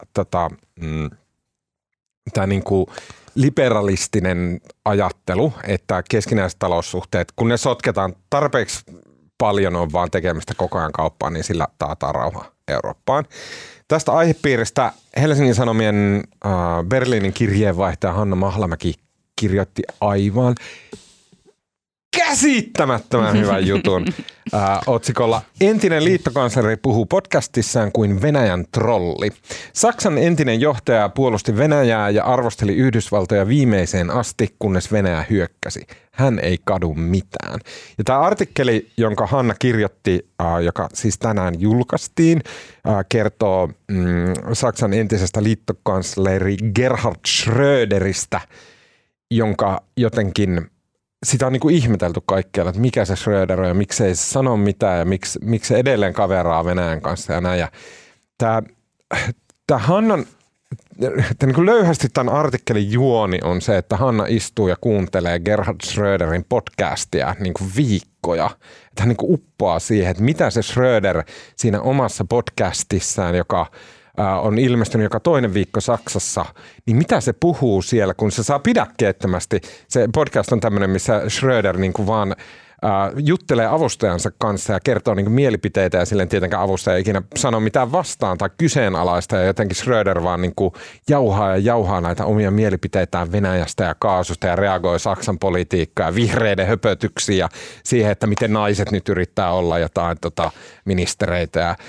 tämä niinku liberalistinen ajattelu, että keskinäiset taloussuhteet, kun ne sotketaan tarpeeksi paljon on vaan tekemistä koko ajan kauppaan, niin sillä taataan rauha Eurooppaan. Tästä aihepiiristä Helsingin Sanomien Berliinin kirjeenvaihtaja Hanna Mahlamäki kirjoitti aivan käsittämättömän hyvän jutun otsikolla "Entinen liittokansleri puhuu podcastissaan kuin Venäjän trolli". Saksan entinen johtaja puolusti Venäjää ja arvosteli Yhdysvaltoja viimeiseen asti, kunnes Venäjä hyökkäsi. Hän ei kadu mitään. Ja tämä artikkeli, jonka Hanna kirjoitti, joka siis tänään julkaistiin, kertoo Saksan entisestä liittokansleri Gerhard Schröderistä, jonka jotenkin sitä on niin kuin ihmetelty kaikkialla, että mikä se Schröder on ja miksi ei sano mitään ja miksi se edelleen kaveraa Venäjän kanssa ja näin. Ja tämä Hannan, niin kuin löyhästi tämän artikkelin juoni on se, että Hanna istuu ja kuuntelee Gerhard Schröderin podcastia niin kuin viikkoja. Että hän niin kuin uppoaa siihen, että mitä se Schröder siinä omassa podcastissaan, joka on ilmestynyt joka toinen viikko Saksassa, niin mitä se puhuu siellä, kun se saa pidäkkeettömästi. Se podcast on tämmöinen, missä Schröder niin kuin vaan juttelee avustajansa kanssa ja kertoo niin kuin mielipiteitä ja silleen tietenkään avustaja ei ikinä sano mitään vastaan tai kyseenalaista ja jotenkin Schröder vaan niin kuin jauhaa näitä omia mielipiteitään Venäjästä ja kaasusta ja reagoi Saksan politiikkaa ja vihreiden höpötyksiä ja siihen, että miten naiset nyt yrittää olla jotain ministereitä ja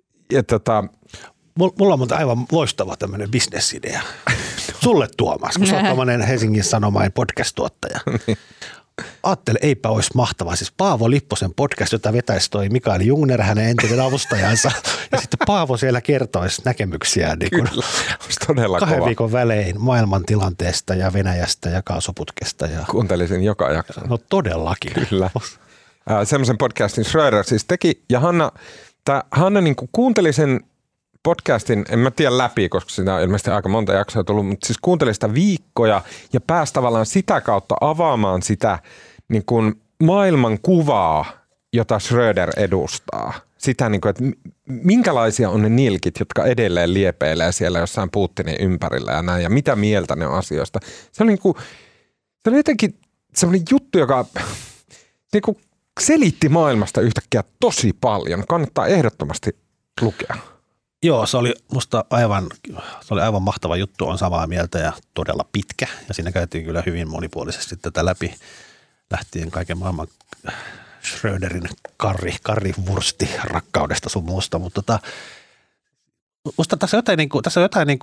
Mulla on monta aivan loistava tämmöinen bisnesidea. Sulle Tuomas, kun sä oot tämmöinen Helsingin Sanomain podcast-tuottaja. Aattele, eipä olisi mahtavaa. Siis Paavo Lipposen podcast, jota vetäisi toi Mikael Jungner, hänen entinen avustajansa. Ja sitten Paavo siellä kertoisi näkemyksiään niin kuin todella 2 viikon välein maailmantilanteesta ja Venäjästä ja kaasuputkesta. Ja kuuntelisin joka jakson. No todellakin. Kyllä. Semmoisen podcastin Schröder siis teki. Ja Hanna niin kuin kuunteli sen podcastin, en mä tiedä läpi, koska siinä on ilmeisesti aika monta jaksoa tullut, mutta siis kuuntelin sitä viikkoja ja pääsi tavallaan sitä kautta avaamaan sitä niin kuin maailman kuvaa, jota Schröder edustaa. Sitä, niin kuin, että minkälaisia on ne nilkit, jotka edelleen liepeilee siellä jossain Putinin ympärillä ja näin, ja mitä mieltä ne on asioista. Se oli jotenkin sellainen juttu, joka niin kuin selitti maailmasta yhtäkkiä tosi paljon. Kannattaa ehdottomasti lukea. Joo, se oli musta aivan mahtava juttu, on samaa mieltä ja todella pitkä. Ja siinä käytiin kyllä hyvin monipuolisesti tätä läpi, lähtien kaiken maailman Schröderin karrivursti rakkaudesta sun muusta. Mutta musta tässä on jotain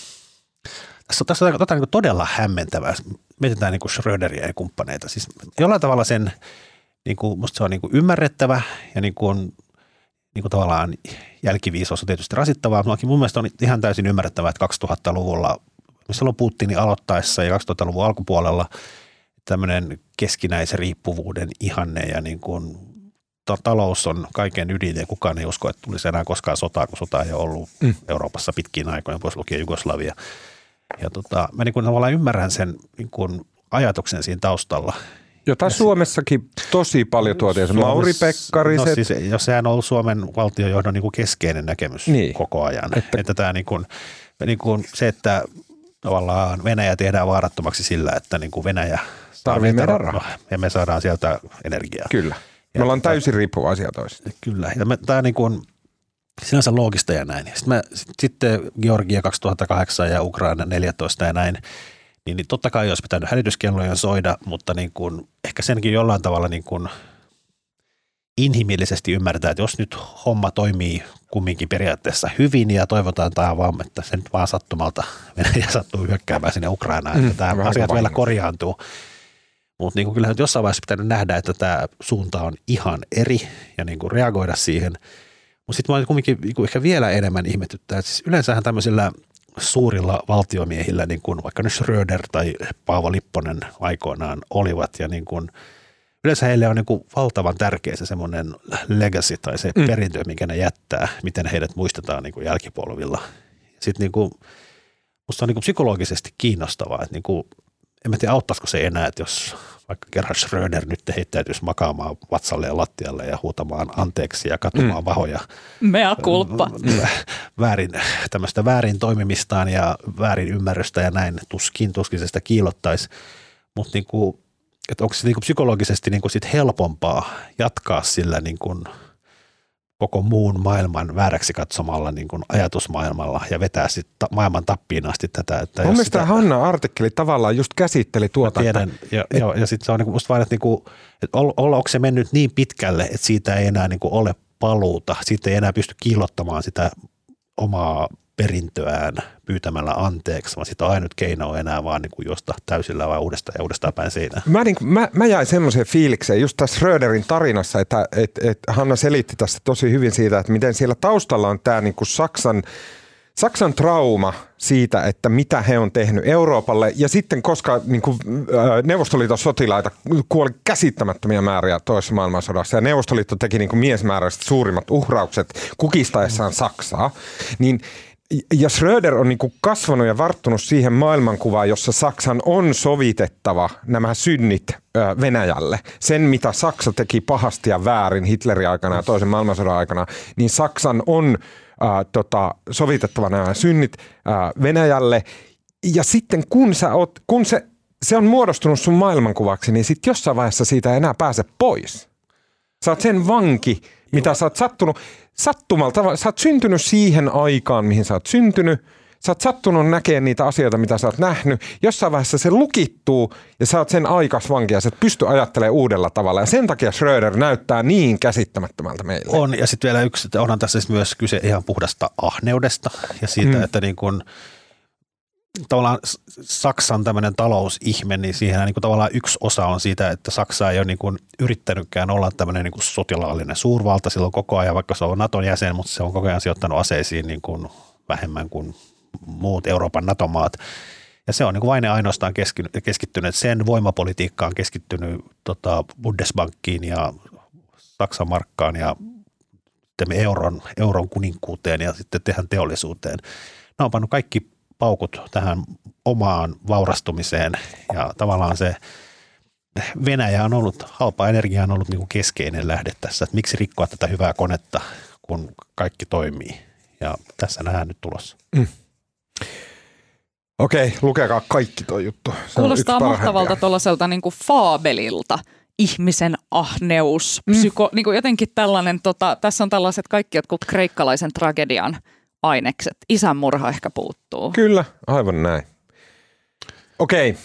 todella hämmentävää. Mietitään niin kuin Schröderiä ja kumppaneita. Siis jollain tavalla sen, niin kuin, musta se on niin kuin ymmärrettävä ja niin kuin tavallaan jälkiviisaus on tietysti rasittavaa, mutta mun mielestä on ihan täysin ymmärrettävää, että 2000-luvulla, missä on Putinin aloittaessa ja 2000-luvun alkupuolella tämmöinen keskinäisriippuvuuden ihanne ja niin kuin talous on kaiken ydin ja kukaan ei usko, että tulisi enää koskaan sotaa, kun sota ei ole ollut Euroopassa pitkiin aikoina, pois lukien Jugoslavia. Ja mä niin kuin tavallaan ymmärrän sen niin kuin ajatuksen siinä taustalla. Jota Suomessakin tosi paljon tuotiin, se Mauri Pekkariset. No siis, jos sehän on ollut Suomen valtiojohdon niin kuin keskeinen näkemys koko ajan. Että tämä niin kuin se, että tavallaan Venäjä tehdään vaarattomaksi sillä, että niin kuin Venäjä tarvitsee meidän rahaa. Ja me saadaan sieltä energiaa. Kyllä. Me ollaan täysin riippuvaisia toisista. Kyllä. Ja tämä niin kuin sinänsä loogista ja näin. Sitten Georgia 2008 ja Ukraina 14 ja näin. Niin totta kai olisi pitänyt hälytyskellojen soida, mutta niin kuin, ehkä senkin jollain tavalla niin kuin inhimillisesti ymmärtää, että jos nyt homma toimii kumminkin periaatteessa hyvin ja toivotaan vaan, että se nyt vaan sattumalta Venäjä sattuu hyökkäämään sinne Ukrainaan, että tämä asiat vielä korjaantuu. Mutta niin kyllähän jossain vaiheessa pitänyt nähdä, että tämä suunta on ihan eri ja niin kuin reagoida siihen. Mutta sitten mä kuitenkin ehkä vielä enemmän ihmetyttää, että siis yleensähän tämmöisillä suurilla valtiomiehillä, niin kuin vaikka nyt Schröder tai Paavo Lipponen aikoinaan olivat, ja niin kuin, yleensä heille on niin kuin valtavan tärkeä se semmoinen legacy tai se perintö, minkä ne jättää, miten heidät muistetaan niin kuin jälkipolvilla. Sitten niin kuin, musta on niin kuin psykologisesti kiinnostavaa, että niin kuin, en mä tiedä auttaisiko se enää, että jos vaikka Gerhard Schröder nyt heittäytyisi makaamaan vatsalle ja lattialle ja huutamaan anteeksi ja katumaan vahoja. Mea culpa. Tämmöistä väärin toimimistaan ja väärin ymmärrystä ja näin tuskin se sitä kiilottaisi. Mutta niinku, onko se niinku psykologisesti niinku sit helpompaa jatkaa sillä niinku koko muun maailman vääräksi katsomalla niin kuin ajatusmaailmalla ja vetää sitten maailman tappiin asti tätä. Että mun mielestä sitä Hanna-artikkeli tavallaan just käsitteli tuota. Tiedän, ja sitten se on musta vain, että onko se mennyt niin pitkälle, että siitä ei enää ole paluuta, siitä ei enää pysty kiillottamaan sitä omaa perintöään pyytämällä anteeksi, vaan sitä ainut keino on enää vaan juosta täysillä vai uudestaan päin seinään. Mä jäin semmoiseen fiilikseen just tässä Schröderin tarinassa, että Hanna selitti tässä tosi hyvin siitä, että miten siellä taustalla on tämä Saksan trauma siitä, että mitä he on tehnyt Euroopalle, ja sitten koska Neuvostoliiton sotilaita kuoli käsittämättömiä määriä toisessa maailmansodassa, ja Neuvostoliitto teki miesmääräisesti suurimmat uhraukset kukistaessaan Saksaa, niin ja Schröder on kasvanut ja varttunut siihen maailmankuvaan, jossa Saksan on sovitettava nämä synnit Venäjälle. Sen, mitä Saksa teki pahasti ja väärin Hitlerin aikana ja toisen maailmansodan aikana, niin Saksan on sovitettava nämä synnit Venäjälle. Ja sitten kun se on muodostunut sun maailmankuvaksi, niin sitten jossain vaiheessa siitä ei enää pääse pois. Sä oot sen vanki, mitä sä oot sattumalta. Sä oot syntynyt siihen aikaan, mihin sä oot syntynyt. Sä oot sattunut näkemään niitä asioita, mitä sä oot nähnyt. Jossain vaiheessa se lukittuu ja sä oot sen aikas vanki ja sä et pysty ajattelemaan uudella tavalla. Ja sen takia Schröder näyttää niin käsittämättömältä meille. On, ja sitten vielä yksi, että onhan tässä myös kyse ihan puhdasta ahneudesta ja siitä, että niin kun tavallaan Saksan tämmöinen talousihme, niin siihen niin kuin tavallaan yksi osa on siitä, että Saksa ei ole niin kuin yrittänytkään olla tämmöinen niin kuin sotilaallinen suurvalta silloin koko ajan, vaikka se on Naton jäsen, mutta se on koko ajan sijoittanut aseisiin niin kuin vähemmän kuin muut Euroopan NATO-maat. Ja se on niin kuin vain ainoastaan keskittynyt sen voimapolitiikkaan, keskittynyt Bundesbankkiin ja Saksan markkaan ja euron kuninkuuteen ja sitten tähän teollisuuteen. Ne on pannut kaikki paukut tähän omaan vaurastumiseen ja tavallaan se Venäjä on ollut, halpa energia on ollut niin kuin keskeinen lähde tässä, että miksi rikkoa tätä hyvää konetta, kun kaikki toimii. Ja tässä nähdään nyt tulossa. Okei, lukekaa kaikki tuo juttu. Se kuulostaa mahtavalta tuollaiselta niin kuin faabelilta. Ihmisen ahneus, niin kuin jotenkin tällainen, tässä on tällaiset kaikki jotkut kreikkalaisen tragedian ainekset. Isänmurha ehkä puuttuu. Kyllä, aivan näin. Okei.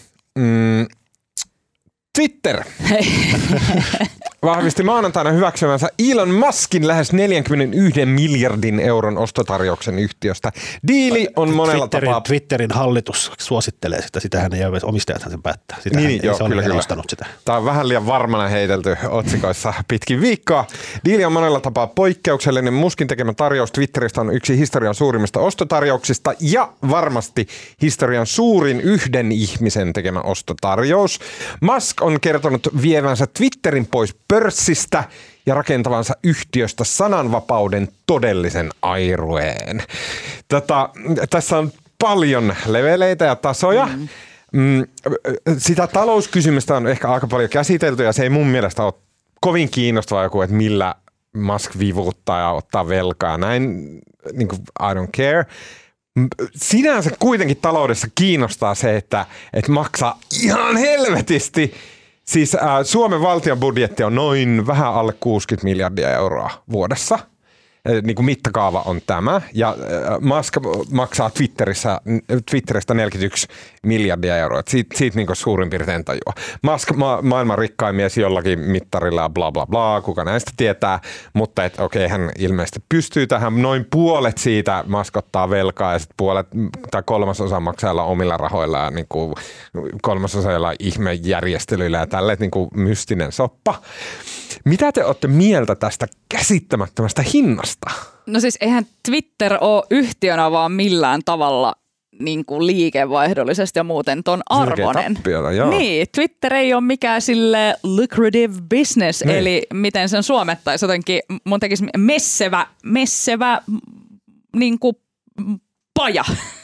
Twitter vahvisti maanantaina hyväksymänsä Elon Muskin lähes 41 miljardin euron ostotarjouksen yhtiöstä. Diili on monella tapaa... Twitterin hallitus suosittelee sitä. Sitähän ei ole, omistajathan sen päättää. Niin, joo, kyllä. Ostanut sitä. Tämä on vähän liian varmana heitelty otsikoissa pitkin viikkoa. Diili on monella tapaa poikkeuksellinen. Muskin tekemä tarjous Twitteristä on yksi historian suurimmista ostotarjouksista ja varmasti historian suurin yhden ihmisen tekemä ostotarjous. Musk on kertonut vievänsä Twitterin pois pörssistä ja rakentavansa yhtiöstä sananvapauden todellisen airueen. Tässä on paljon leveleitä ja tasoja. Sitä talouskysymystä on ehkä aika paljon käsitelty ja se ei mun mielestä ole kovin kiinnostavaa joku, että millä Musk vivuuttaa ja ottaa velkaa. Näin, niin kuin I don't care. Sinänsä kuitenkin taloudessa kiinnostaa se, että maksaa ihan helvetisti. Siis Suomen valtion budjetti on noin vähän alle 60 miljardia euroa vuodessa. Niin kuin mittakaava on tämä. Ja Musk maksaa Twitteristä 41 miljardia euroa. Siitä niin kuin suurin piirtein tajua. Musk maailman rikkain mies jollakin mittarilla ja bla bla bla, kuka näistä tietää, mutta okei, hän ilmeisesti pystyy tähän. Noin puolet siitä Musk ottaa velkaa ja sitten puolet tai 3/3 maksaa omilla rahoilla ja niin kuin 3/3 jollain ihmejärjestelyillä ja tälleen niin kuin mystinen soppa. Mitä te olette mieltä tästä käsittämättömästä hinnasta? No siis eihän Twitter ole yhtiönä vaan millään tavalla niin kuin liikevaihdollisesti ja muuten ton arvoinen. Niin, Twitter ei ole mikään sille lucrative business, niin. Eli miten sen suomettaisi jotenkin, mun tekisi messevä niin kuin paja.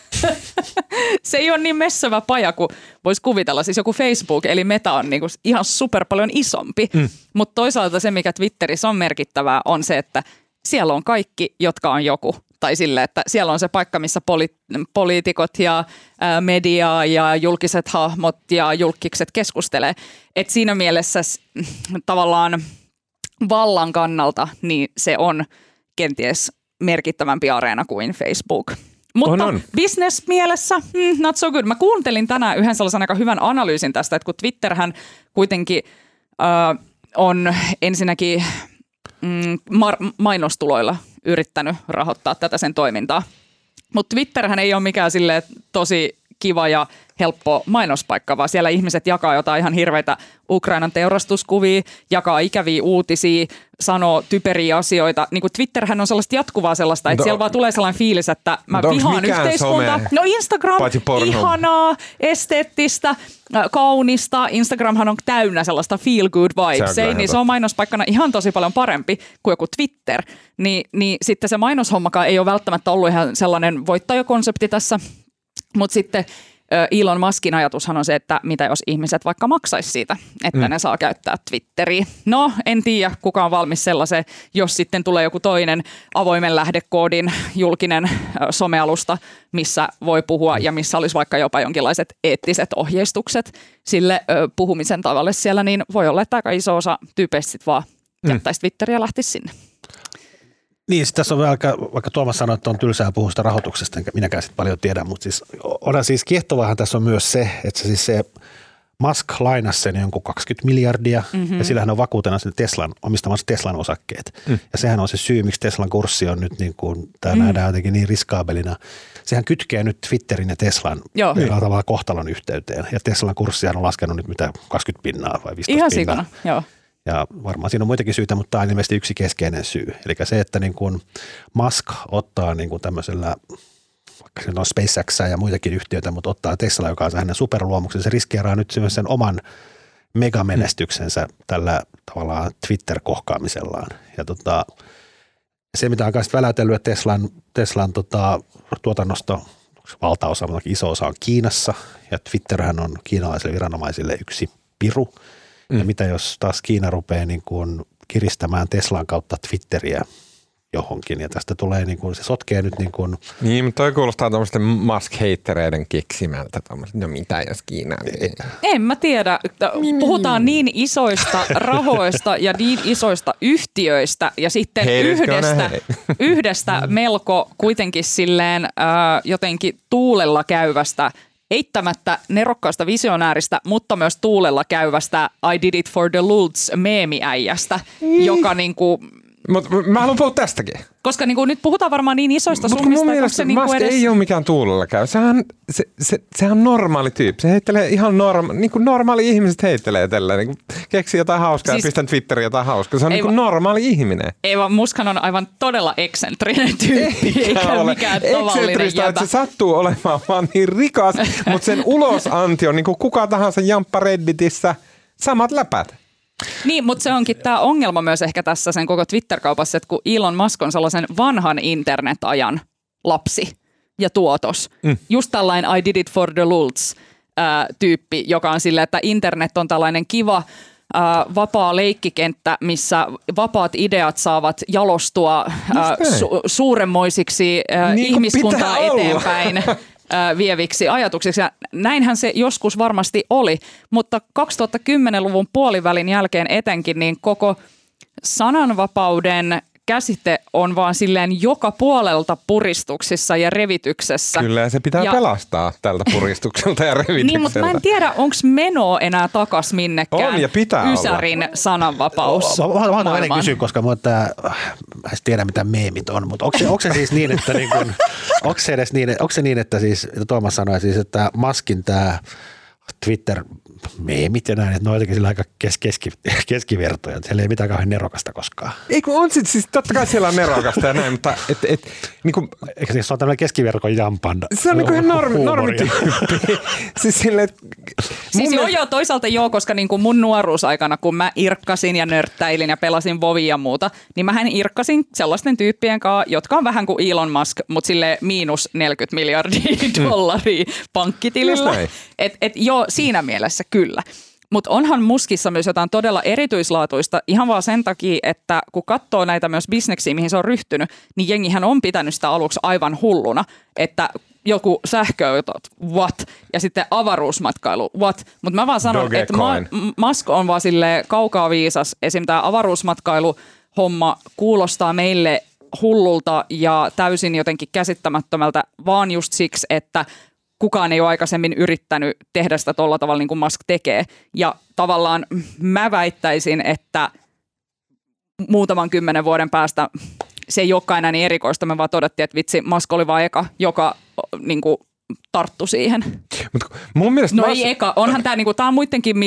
Se ei ole niin messevä paja kuin voisi kuvitella. Siis joku Facebook eli Meta on niinku ihan super paljon isompi, mutta toisaalta se, mikä Twitterissä on merkittävää, on se, että siellä on kaikki, jotka on joku. Tai sille, että siellä on se paikka, missä poliitikot ja media ja julkiset hahmot ja julkikset keskustelee. Et siinä mielessä tavallaan vallan kannalta niin se on kenties merkittävämpi areena kuin Facebook. Mutta business-mielessä, not so good. Mä kuuntelin tänään yhden sellaisen aika hyvän analyysin tästä, että kun Twitterhän kuitenkin on ensinnäkin mainostuloilla yrittänyt rahoittaa tätä sen toimintaa. Mutta Twitterhän ei ole mikään silleen tosi kiva ja helppo mainospaikka, vaan siellä ihmiset jakaa jotain ihan hirveitä Ukrainan teurastuskuvia, jakaa ikäviä uutisia, sanoo typeriä asioita. Niin kuin Twitterhän on sellaista jatkuvaa sellaista, että siellä vaan tulee sellainen fiilis, että mä vihaan yhteiskuntaa. No Instagram, ihanaa, esteettistä, kaunista. Instagramhan on täynnä sellaista feel good vibes, niin se on mainospaikkana ihan tosi paljon parempi kuin joku Twitter. Niin sitten se mainoshommakaan ei ole välttämättä ollut ihan sellainen voittajakonsepti tässä, mutta sitten Elon Muskin ajatushan on se, että mitä jos ihmiset vaikka maksaisi siitä, että ne saa käyttää Twitteriä. No, en tiedä, kuka on valmis sellaiseen, jos sitten tulee joku toinen avoimen lähdekoodin julkinen somealusta, missä voi puhua ja missä olisi vaikka jopa jonkinlaiset eettiset ohjeistukset sille puhumisen tavalle siellä, niin voi olla, että aika iso osa tyypeistä sitten vaan jättäisi Twitteriä ja lähtisi sinne. Niin, tässä on vaikka Tuomas sanoi, että on tylsää puhua sitä rahoituksesta, enkä minäkään sitten paljon tiedä, mutta siis onhan siis kiehtovahan tässä on myös se, että se Musk lainasi sen jonkun 20 miljardia ja sillähän on vakuutena sen omistamassa Teslan osakkeet. Ja sehän on se syy, miksi Teslan kurssi on nyt niin kuin, tämä nähdään jotenkin niin riskaabelina. Sehän kytkee nyt Twitterin ja Teslan tavallaan kohtalon yhteyteen. Ja Teslan kurssihan on laskenut nyt mitä 20 pinnaa vai 15 ihan pinnaa. sikana, joo. Ja varmaan siinä on muitakin syitä, mutta tämä on ilmeisesti yksi keskeinen syy. Eli se, että niin kuin Musk ottaa niin kuin tämmöisellä, vaikka se on SpaceX ja muitakin yhtiöitä, mutta ottaa Tesla, joka on se hänen superluomuksen, se riskeeraa nyt sen oman megamenestyksensä tällä tavallaan Twitter-kohkaamisellaan. Ja se, mitä on myös väläytellyt, että Teslan tuotannosta valtaosa, mutta iso osa on Kiinassa, ja Twitterhän on kiinalaisille viranomaisille yksi piru. Ja mitä jos taas Kiina rupeaa niin kuin kiristämään Teslan kautta Twitteriä johonkin, ja tästä tulee niin kuin, se sotkee nyt niin kuin. Niin, mutta toi kuulostaa tuommoisten Musk-heittereiden keksimältä, no mitä jos Kiina. En mä tiedä. Puhutaan niin isoista rahoista ja niin isoista yhtiöistä ja sitten yhdestä melko kuitenkin silleen jotenkin tuulella käyvästä, eittämättä nerokkaasta visionääristä, mutta myös tuulella käyvästä I did it for the lulz -meemiäijästä, joka niinku. Mutta mä haluan puhua tästäkin. Koska niinku nyt puhutaan varmaan niin isoista summista. Mutta mun mielestä niinku Musk ei ole mikään tuulella käy. Sehän on normaali tyyppi. Se heittelee ihan niin kuin normaali ihmiset heittelee tällä. Niin keksii jotain hauskaa siis, ja pistän Twitteriin jotain hauskaa. Se on niin kuin normaali ihminen. Ei vaan Muskhan on aivan todella eksentrinen tyyppi. Eikä mikään tavallinen jäbä. Että se sattuu olemaan vaan niin rikas, mutta sen ulosanti on niin kuin kuka tahansa jamppa Redditissä samat läpät. Niin, mutta se onkin tämä ongelma myös ehkä tässä sen koko Twitter-kaupassa, että kun Elon Musk on sellaisen vanhan internetajan lapsi ja tuotos, just tällainen I did it for the lulz -tyyppi, joka on silleen, että internet on tällainen kiva vapaa leikkikenttä, missä vapaat ideat saavat jalostua suuremmoisiksi niin ihmiskuntaa eteenpäin vieviksi ajatuksiksi. Ja näinhän se joskus varmasti oli, mutta 2010-luvun puolivälin jälkeen etenkin niin koko sananvapauden käsite on vaan silleen joka puolelta puristuksissa ja revityksessä. Kyllä, ja se pitää pelastaa tältä puristukselta ja revitykseltä. Niin, mutta mä en tiedä, onko menoa enää takas minnekään. On ja pitää Ysärin olla. Sananvapaus. Mä aina kysyn, koska mä en tiedä, mitä meemit on, mutta onko se siis niin, että onko se niin, että siis, Tuomas sanoi siis, että Muskin tämä Twitter-meemit ja näin, että ne on jotenkin sillä aika keskivertoja, että siellä ei mitään kauhean nerokasta koskaan. Ei kun on siis totta kai siellä on nerokasta ja näin, mutta niinku, eikä se ole tämmöinen keskiverkon jampanda. Se on niinku ihan normityyppi. Siis silleen, siis joo, toisaalta joo, koska niinku mun nuoruusaikana, kun mä irkkasin ja nörttäilin ja pelasin Vovia ja muuta, niin mähän irkkasin sellaisten tyyppien kanssa, jotka on vähän kuin Elon Musk, mutta silleen miinus 40 miljardia dollaria pankkitilillä. Et joo, siinä mielessä kyllä. Mutta onhan Muskissa myös jotain todella erityislaatuista ihan vaan sen takia, että kun katsoo näitä myös bisneksiä, mihin se on ryhtynyt, niin jengihän on pitänyt sitä aluksi aivan hulluna, että joku sähköautot, what, ja sitten avaruusmatkailu, what. Mutta mä vaan sanon, että Musk on vaan silleen kaukaa viisas. Esim. Tämä avaruusmatkailuhomma kuulostaa meille hullulta ja täysin jotenkin käsittämättömältä vaan just siksi, että kukaan ei ole aikaisemmin yrittänyt tehdä sitä tolla tavalla niin kuin Musk tekee. Ja tavallaan mä väittäisin, että muutaman 10 vuoden päästä se ei olekaan enää niin erikoista. Me vaan todettiin, että vitsi, Musk oli vaan eka, joka niin kuin tarttu siihen. Mut mun mielestä ei eka. Onhan tämä niinku, tää on muidenkin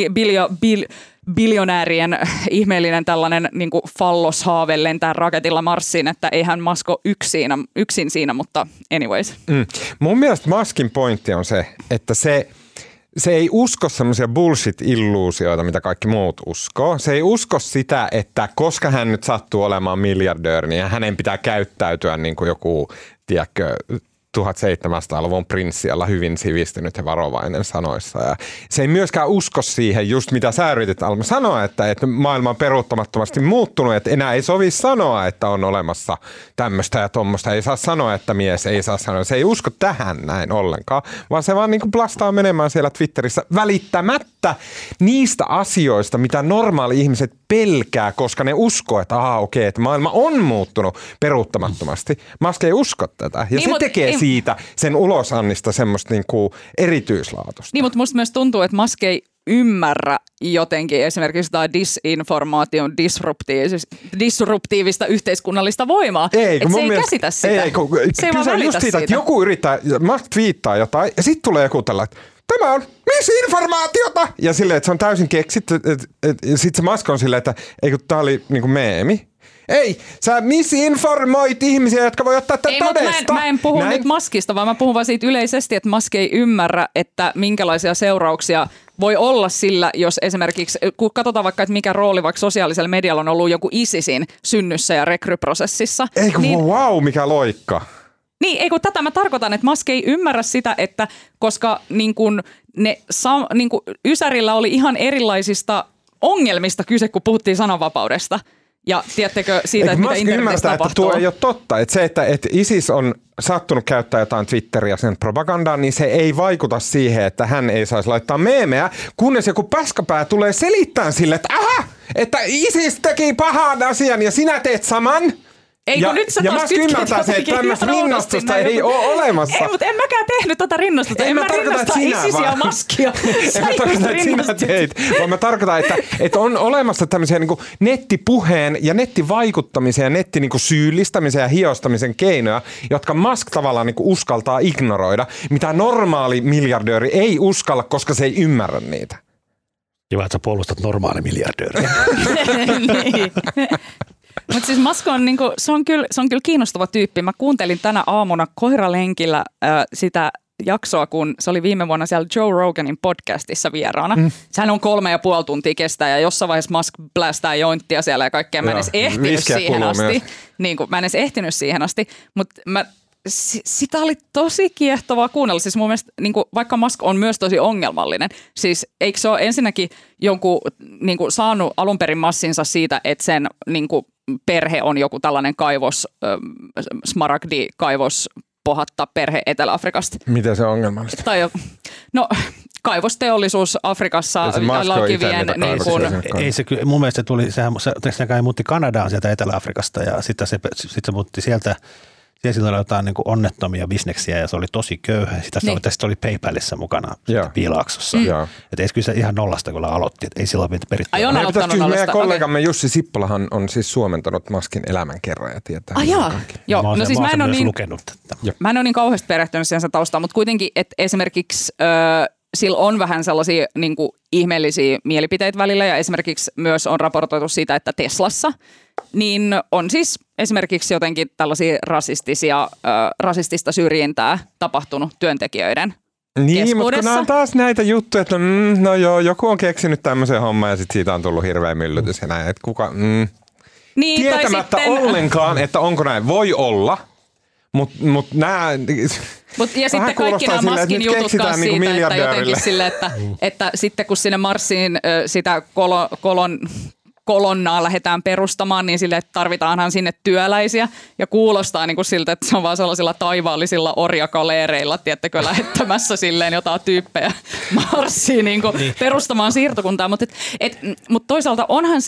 biljonäärien ihmeellinen tällainen niinku falloshaave lentää raketilla Marsiin, että eihän Musk ole yksin siinä, mutta anyways. Mun mielestä Muskin pointti on se, että se ei usko semmoisia bullshit-illuusioita, mitä kaikki muut uskoo. Se ei usko sitä, että koska hän nyt sattuu olemaan miljardööri, niin hänen pitää käyttäytyä niin kuin joku, tiedätkö, 1700-luvun prinssi, jolla hyvin sivistynyt ja varovainen sanoissa. Ja se ei myöskään usko siihen, just mitä sä yritit Alma sanoa, että maailma on peruuttamattomasti muuttunut, että enää ei sovi sanoa, että on olemassa tämmöistä ja tommoista. Ei saa sanoa, että mies ei saa sanoa. Se ei usko tähän näin ollenkaan, vaan se vaan niin kuin blastaa menemään siellä Twitterissä välittämättä niistä asioista, mitä normaali ihmiset pelkää, koska ne uskoo, että okei, että maailma on muuttunut peruuttamattomasti. Musk ei usko tätä. Ja niin, se tekee siitä sen ulosannista semmoista niinku erityislaatusta. Niin, mutta musta myös tuntuu, että Musk ei ymmärrä jotenkin esimerkiksi tämä disinformaation disruptiivista yhteiskunnallista voimaa. Että se ei käsitä sitä. Se ei vaan välitä siitä. Että joku yrittää, Musk twiittaa jotain ja sitten tulee joku tällainen, tämä on misinformaatiota! Ja silleen, että se on täysin keksitty. Ja sitten se Musk on silleen, että tämä oli niinku meemi. Ei, sä misinformoit ihmisiä, jotka voi ottaa tätä todesta. Mä en puhu nyt Muskista, vaan mä puhun vaan siitä yleisesti, että Musk ei ymmärrä, että minkälaisia seurauksia voi olla sillä, jos esimerkiksi, kun katsotaan vaikka, että mikä rooli vaikka sosiaalisella medialla on ollut joku ISISin synnyssä ja rekryprosessissa. Eikö niin, mikä loikka. Niin, ei kun tätä mä tarkoitan, että Musk ei ymmärrä sitä, että koska niin kun Ysärillä oli ihan erilaisista ongelmista kyse, kun puhuttiin sananvapaudesta. Ja tiedättekö siitä, että mitä internetissä tapahtuu? Että tuo ei ole totta. Että se, että ISIS on sattunut käyttää jotain Twitteriä sen propagandaan, niin se ei vaikuta siihen, että hän ei saisi laittaa meemejä, kunnes joku paskapää tulee selittämään sille, että että ISIS teki pahan asian ja sinä teet saman. Ei, kun nyt sä taas ymmärtää se, että tämmöistä rinnastusta ei ole olemassa. Ei, mutta en mäkään tehnyt tätä rinnastusta. En mä rinnasta ISISiä ja Muskia. En mä tarkoita, että sinä teit, vaan mä tarkoitan, että on olemassa tämmöisiä niin kuin nettipuheen ja nettivaikuttamisen ja syyllistämisen ja hiostamisen keinoja, jotka Musk tavallaan niin kuin uskaltaa ignoroida, mitä normaali miljardööri ei uskalla, koska se ei ymmärrä niitä. Kiva, että sä puolustat normaali miljardööriä. Niin. Mutta siis Musk on, niinku, se on kyllä kiinnostava tyyppi. Mä kuuntelin tänä aamuna koiralenkillä sitä jaksoa, kun se oli viime vuonna siellä Joe Roganin podcastissa vieraana. Sehän on 3,5 tuntia kestää ja jossain vaiheessa Musk blästää jointtia siellä ja kaikkea. Mä en edes ehtinyt siihen asti. Mä en edes ehtinyt siihen asti, mutta sitä oli tosi kiehtovaa kuunnella. Siis mun mielestä, niin kuin, vaikka Musk on myös tosi ongelmallinen, siis eikö se ole ensinnäkin jonkun niin kuin, saanut alun perin massinsa siitä, että sen niin kuin, perhe on joku tällainen smaragdi-kaivos pohatta perhe Etelä-Afrikasta. Miten se on ongelmallista? No kaivosteollisuus Afrikassa, jalokivien niin kuin. Ei se kyllä, mun mielestä sehän muutti Kanadaan sieltä Etelä-Afrikasta ja sitten se muutti sieltä. Siellä oli jotain niin kuin onnettomia bisneksiä ja se oli tosi köyhä. Sitä oli PayPalissa mukana Piilaaksossa. Että ei kyllä se ihan nollasta kyllä aloitti. Että ei silloin peritty. Meidän kollegamme Jussi Sippolahan on siis suomentanut Maskin elämänkerran ja tietää. Joo. No siis mä en ole niin kauheasti perehtynyt siihen taustaan, mutta kuitenkin, että esimerkiksi sillä on vähän sellaisia niin kuin ihmeellisiä mielipiteitä välillä ja esimerkiksi myös on raportoitu siitä, että Teslassa niin on siis esimerkiksi jotenkin tällaisia rasistista syrjintää tapahtunut työntekijöiden keskuudessa. Mutta kun nämä on taas näitä juttuja, että no joo, joku on keksinyt tämmöisen homman ja sitten siitä on tullut hirveä myllytys ja näin, että kuka niin, tietämättä ollenkaan, että onko näin, voi olla, mutta nämä. Ja sitten kaikki nämä Maskin jutut kanssa siitä, että jotenkin sille, että sitten kun sinne Marsiin sitä kolonnaa lähdetään perustamaan, niin sille, että tarvitaanhan sinne työläisiä ja kuulostaa niin kuin siltä, että se on vaan sellaisilla taivaallisilla orjakaleereilla, tiedättekö, lähettämässä silleen jotain tyyppejä Marsiin niin kuin perustamaan siirtokuntaa, mutta toisaalta onhan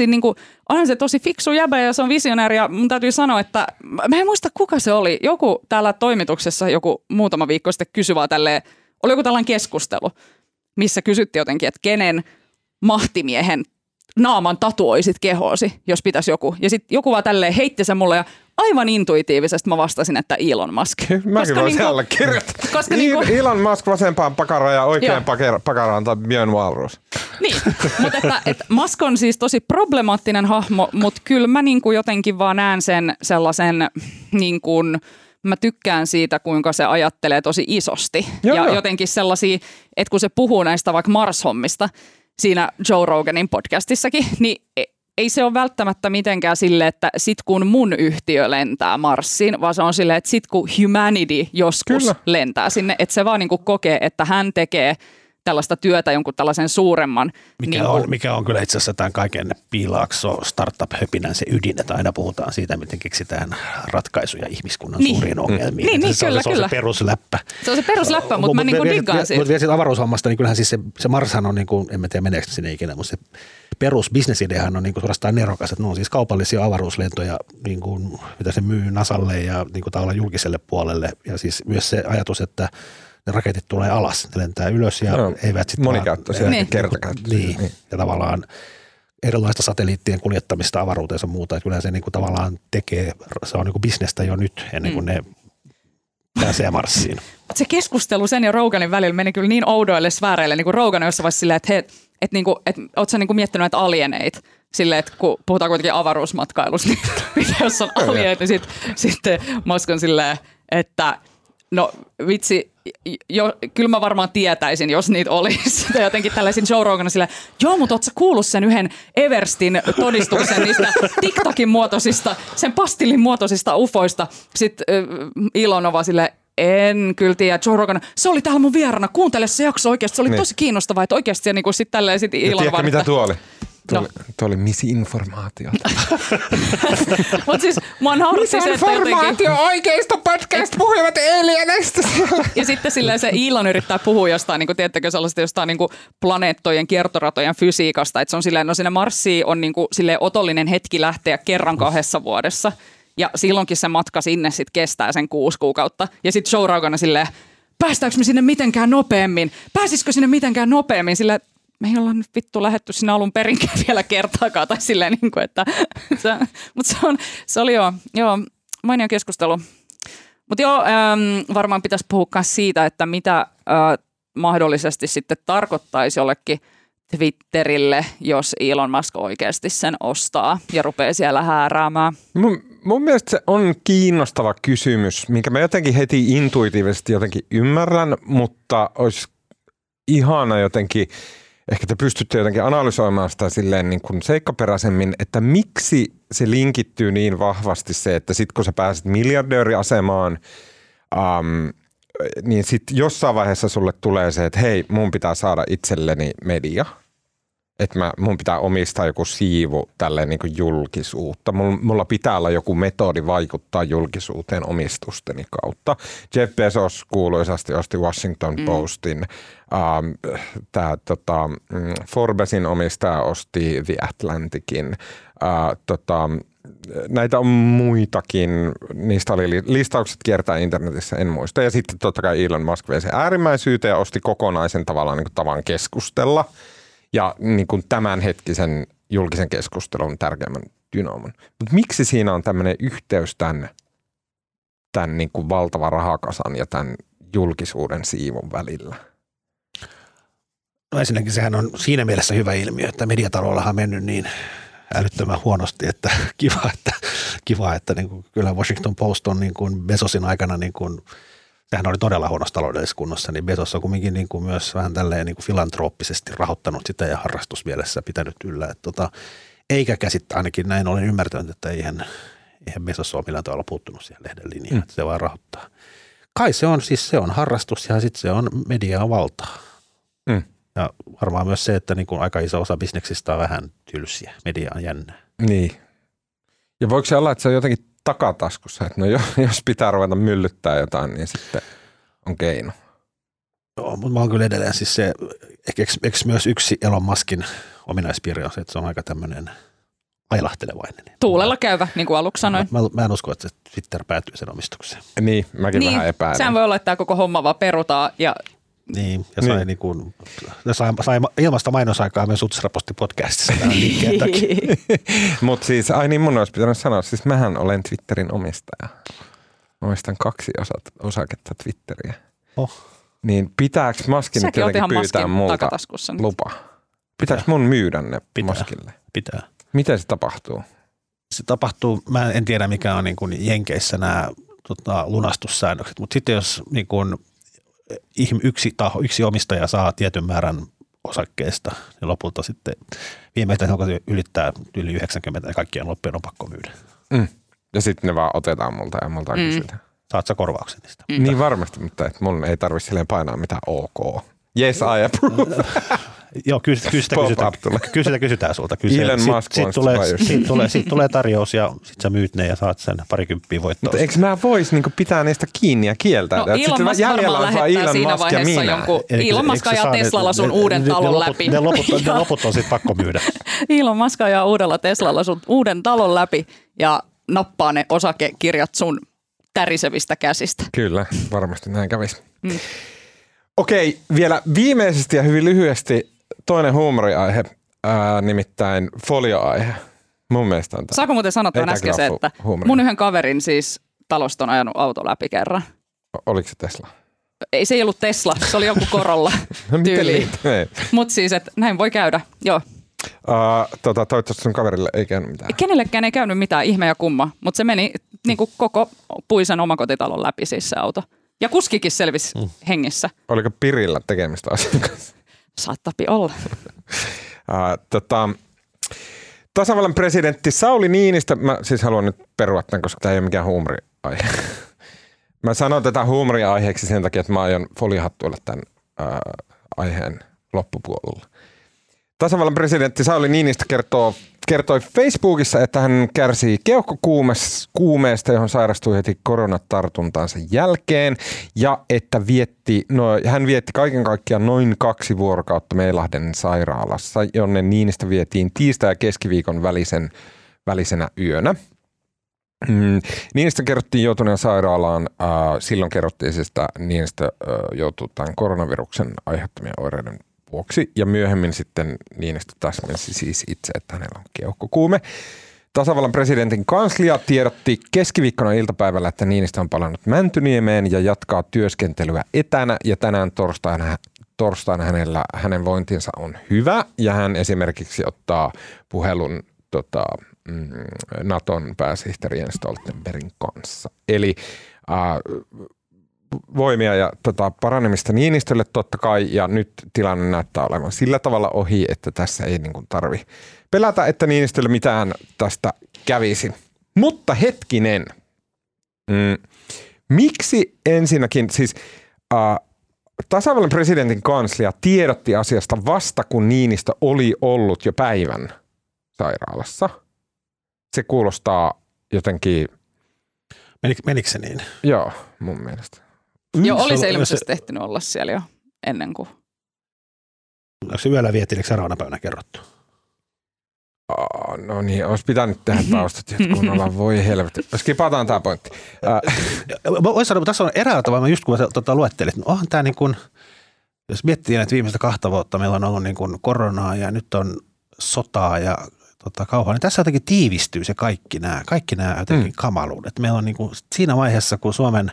se tosi fiksu jäbä ja se on visionääri ja mun täytyy sanoa, että mä en muista kuka se oli, joku täällä toimituksessa joku muutama viikko sitten kysyi vaan tälleen, oli joku tällainen keskustelu, missä kysyttiin jotenkin, että kenen mahtimiehen naaman tatuoisit kehoosi, jos pitäisi joku. Ja sitten joku vaan tälleen heitti se mulle ja aivan intuitiivisesti mä vastasin, että Elon Musk. Mäkin voisin allekirjoittaa. Elon Musk vasempaan pakaraan ja oikean pakaraan tai Björn Wahlroos. Niin, mutta että Musk on siis tosi problemaattinen hahmo, mutta kyllä mä niinku jotenkin vaan näen sen sellaisen niin kuin mä tykkään siitä, kuinka se ajattelee tosi isosti. Ja jotenkin sellaisia, että kun se puhuu näistä vaikka Mars-hommista, siinä Joe Roganin podcastissakin, niin ei se ole välttämättä mitenkään sille, että sit kun mun yhtiö lentää Marsiin, vaan se on silleen, että sit kun humanity joskus lentää sinne, että se vaan niin kuin kokee, että hän tekee tällaista työtä jonkun tällaisen suuremman. Mikä on kyllä itse asiassa tämän kaiken Piilaakso startup-höpinän se ydin, että aina puhutaan siitä, miten keksitään ratkaisuja ihmiskunnan suuriin ongelmiin. Se on se perusläppä. Se on se perusläppä, mutta mä niin diggaan siitä. Mutta vielä siitä avaruushommasta, niin kyllähän siis se Marshan on, niin kuin, en mä tiedä meneekö sinne ikinä, mutta se perusbisnesideahan on niin kuin suorastaan nerokas, että ne on siis kaupallisia avaruuslentoja, niin kuin, mitä se myy NASAlle ja niin kuin tavallaan julkiselle puolelle. Ja siis myös se ajatus, että ne raketit tulee alas, ne lentää ylös ja eivät sitten monikäyttöisiä ja kertakäyttöisiä. Niin, ja tavallaan erilaista satelliittien kuljettamista avaruuteen ja muuta, että kyllä se niin kuin tavallaan tekee, se on niin kuin bisnestä jo nyt ennen kuin ne pääsee Marsiin. Se keskustelu sen ja Roganin välillä meni kyllä niin oudoille sfääreille, niin kuin Rogan jossain vaiheessa silleen, että ootko sä niin kuin miettinyt näitä alieneit? Silleen, että kun puhutaan kuitenkin avaruusmatkailusta, niin jos on alieneet, niin sitten Musk on silleen, että no vitsi, kyllä mä varmaan tietäisin, jos niitä olisi. Ja jotenkin tällaisin Joe Rogan silleen, joo, mutta ootko sä kuullut sen yhden Everstin todistuksen niistä TikTokin muotoisista, sen pastillin muotoisista ufoista. Sitten Elon on vaan silleen, en kyllä tiedä. Joe Rogan, se oli täällä mun vieraana, kuuntele se jakso oikeasti, se oli tosi kiinnostavaa, että oikeasti se niin kuin sitten tälleen sitten Elon tiedätkö, mitä tuo oli? Tuo oli misinformaatio. Mutta siis mua nauratti se, että misinformaatio, oikeista podcast puhuivat alieneista. Ja sitten silleen se Elon yrittää puhua jostain, niin kuin, tiedättekö, sellaista jostain niin kuin planeettojen kiertoratojen fysiikasta. Että se on silleen, no sinne Marsiin on niin kuin, silleen otollinen hetki lähteä kerran 2 vuodessa. Ja silloinkin se matka sinne sitten kestää sen 6 kuukautta. Ja sitten Joe Rogan silleen, päästäänkö me sinne mitenkään nopeammin? Pääsisikö sinne mitenkään nopeammin? Silleen, me ei olla nyt vittu lähdetty sinne alun perinkään vielä kertaakaan. Tai silleen, niin kuin, että mutta se oli joo, mainio keskustelu. Mutta joo, varmaan pitäisi puhua myös siitä, että mitä mahdollisesti sitten tarkoittaisi jollekin Twitterille, jos Elon Musk oikeasti sen ostaa ja rupeaa siellä hääräämään. Mun mielestä se on kiinnostava kysymys, minkä mä jotenkin heti intuitiivisesti jotenkin ymmärrän, mutta olisi ihana jotenkin, ehkä te pystytte jotenkin analysoimaan sitä silleen niin kuin seikkaperäisemmin, että miksi se linkittyy niin vahvasti se, että sit kun sä pääset miljardööriasemaan, niin sitten jossain vaiheessa sulle tulee se, että hei, mun pitää saada itselleni media. että mun pitää omistaa joku siivu tälleen niin kuin julkisuutta. Mulla pitää olla joku metodi vaikuttaa julkisuuteen omistusteni kautta. Jeff Bezos kuuluisasti osti Washington Postin. Forbesin omistaja osti The Atlanticin. Näitä on muitakin. Niistä oli listaukset kiertää internetissä, en muista. Ja sitten totta kai Elon Musk vei se äärimmäisyyteen ja osti kokonaisen tavallaan niin kuin tavan keskustella. Ja niin kuin tämänhetkisen julkisen keskustelun tärkeimmän dynaamon. Mutta miksi siinä on tämmöinen yhteys tämän niin kuin valtavan rahakasan ja tämän julkisuuden siivun välillä? No ensinnäkin sehän on siinä mielessä hyvä ilmiö, että mediatalollahan on mennyt niin älyttömän huonosti, että kiva, että niin kuin, kyllä Washington Post on niin kuin Bezosin aikana, niin kuin, sehän oli todella huonossa taloudellisessa kunnossa, niin Bezos on kuitenkin niin kuin myös vähän tälleen niin kuin filantrooppisesti rahoittanut sitä ja harrastusmielessä pitänyt yllä. Että eikä käsittää, ainakin näin olen ymmärtänyt, että eihän Bezos ole millään tavalla puuttunut siihen lehden linjaan, että se vaan rahoittaa. Kai se on harrastus ja sitten se on mediaa valtaa. Ja varmaan myös se, että niin kuin aika iso osa bisneksistä on vähän tylsiä, media on jännää. Niin. Ja voiko se olla, että se on jotenkin takataskussa, että no jos pitää ruveta myllyttää jotain, niin sitten on keino. Joo, mutta mä oon kyllä edelleen siis se, eikö myös yksi Elon Muskin ominaispiirre on se, että se on aika tämmöinen ailahtelevainen. Tuulella käyvä, niin kuin aluksi sanoin. Mä en usko, että se Twitter päätyy sen omistukseen. Niin, mäkin vähän epäilen. Sehän voi olla, että tämä koko homma vaan perutaan ja niin, ja sai, niin kuin, sai ilmasta mainosaikaa myös Utsraposti podcastissa tämän liikkeen takia. Mutta siis, niin mun olisi pitänyt sanoa, siis mähän olen Twitterin omistaja. Omistan 2 osaketta Twitteriä. Niin pitääkö Muskin nyt jotenkin pyytää multa lupa? Pitääkö mun myydä ne Muskille? Pitää. Miten se tapahtuu? Se tapahtuu, mä en tiedä mikä on niin kuin Jenkeissä nämä lunastussäännökset, mutta sitten jos niin kuin yksi omistaja saa tietyn määrän osakkeesta, niin lopulta sitten viimeistään kun se ylittää yli 90 ja kaikkien loppujen on pakko myydä. Ja sitten ne vaan otetaan multa ja multa kysytään. Saat sä korvauksen niistä? Niin varmasti, mutta et mun ei tarvitse silleen painaa mitään ok. Yes, I approve. Joo, kyllä sitä kysytään sulta. Elon Musk siitä tulee tarjous ja sit sä myyt ne ja saat sen 20 voittoa. Mutta eikö mä vois niinku pitää niistä kiinni ja kieltää? No Elon Musk varmaan lähettää siinä vaiheessa jonkun. Elon Musk ajaa Teslalla sun uuden talon läpi. Ne loput on sit pakko myydä. Elon Musk ajaa uudella Teslalla sun uuden talon läpi ja nappaa ne osakekirjat sun tärisevistä käsistä. Kyllä, varmasti näin kävisi. Okei, vielä viimeisesti ja hyvin lyhyesti toinen huumoriaihe, nimittäin folioaihe. Mun mielestä on tämä. Saako muuten sanoa tuon äsken se, että mun yhden kaverin siis talosta on ajanut auto läpi kerran. Oliko se Tesla? Ei, se ei ollut Tesla, se oli joku Corolla tyyli. Mutta siis, että näin voi käydä, joo. Toivottavasti sun kaverille ei käynyt mitään. Kenellekään ei käynyt mitään, ihme ja kumma, mutta se meni niin kuin koko puisen omakotitalon läpi siis se auto. Ja kuskikin selvisi hengissä. Oliko Pirillä tekemistä asian kanssa? Saattapi olla. Tasavallan presidentti Sauli Niinistö, mä siis haluan nyt perua tämän, koska tämä ei ole mikään huumoriaihe. Mä sanon tätä huumoriaiheeksi sen takia, että mä aion foliohattuilla tämän aiheen loppupuolella. Tasavallan presidentti Sauli Niinistö kertoi Facebookissa, että hän kärsii keuhkokuumeesta, johon sairastui heti koronatartuntansa jälkeen, ja että hän vietti kaiken kaikkiaan noin 2 vuorokautta Meilahden sairaalassa, jonne Niinistö vietiin tiistai- ja keskiviikon välisenä yönä. Niinistö kerrottiin joutuneen sairaalaan. Silloin kerrottiin siis, että Niinistö joutui tämän koronaviruksen aiheuttamien oireiden vuoksi, ja myöhemmin sitten Niinistö täsmensi siis itse, että hänellä on keuhkokuume. Tasavallan presidentin kanslia tiedotti keskiviikkona iltapäivällä, että Niinistö on palannut Mäntyniemeen ja jatkaa työskentelyä etänä, ja tänään torstaina hänen vointinsa on hyvä, ja hän esimerkiksi ottaa puhelun Naton pääsihteeri Jens Stoltenbergin kanssa. Eli voimia ja paranemista Niinistölle totta kai, ja nyt tilanne näyttää olevan sillä tavalla ohi, että tässä ei niin kuin tarvi pelätä, että Niinistölle mitään tästä kävisi. Mutta hetkinen, miksi ensinnäkin, siis tasavallan presidentin kanslia tiedotti asiasta vasta, kun Niinistö oli ollut jo päivän sairaalassa. Se kuulostaa jotenkin... Menikö se niin? Joo, mun mielestä. Joo, oli se ilmeisesti tehtynyt olla siellä jo ennen kuin... Onko se yöllä vietiineksi seuraavana päivänä kerrottu? No niin, olisi pitänyt tehdä taustat kunnolla. Voi helvetti. Skipataan tämä pointti. Voisi sanoa, tässä on eräällä tavalla, just kun luettelit, onhan tämä niin kuin, jos miettii näitä viimeistä 2 vuotta, meillä on ollut niin kuin koronaa ja nyt on sotaa ja kauhaa, niin tässä jotenkin tiivistyy se kaikki nämä jotenkin kamaluudet. Meillä on niin kuin siinä vaiheessa, kun Suomen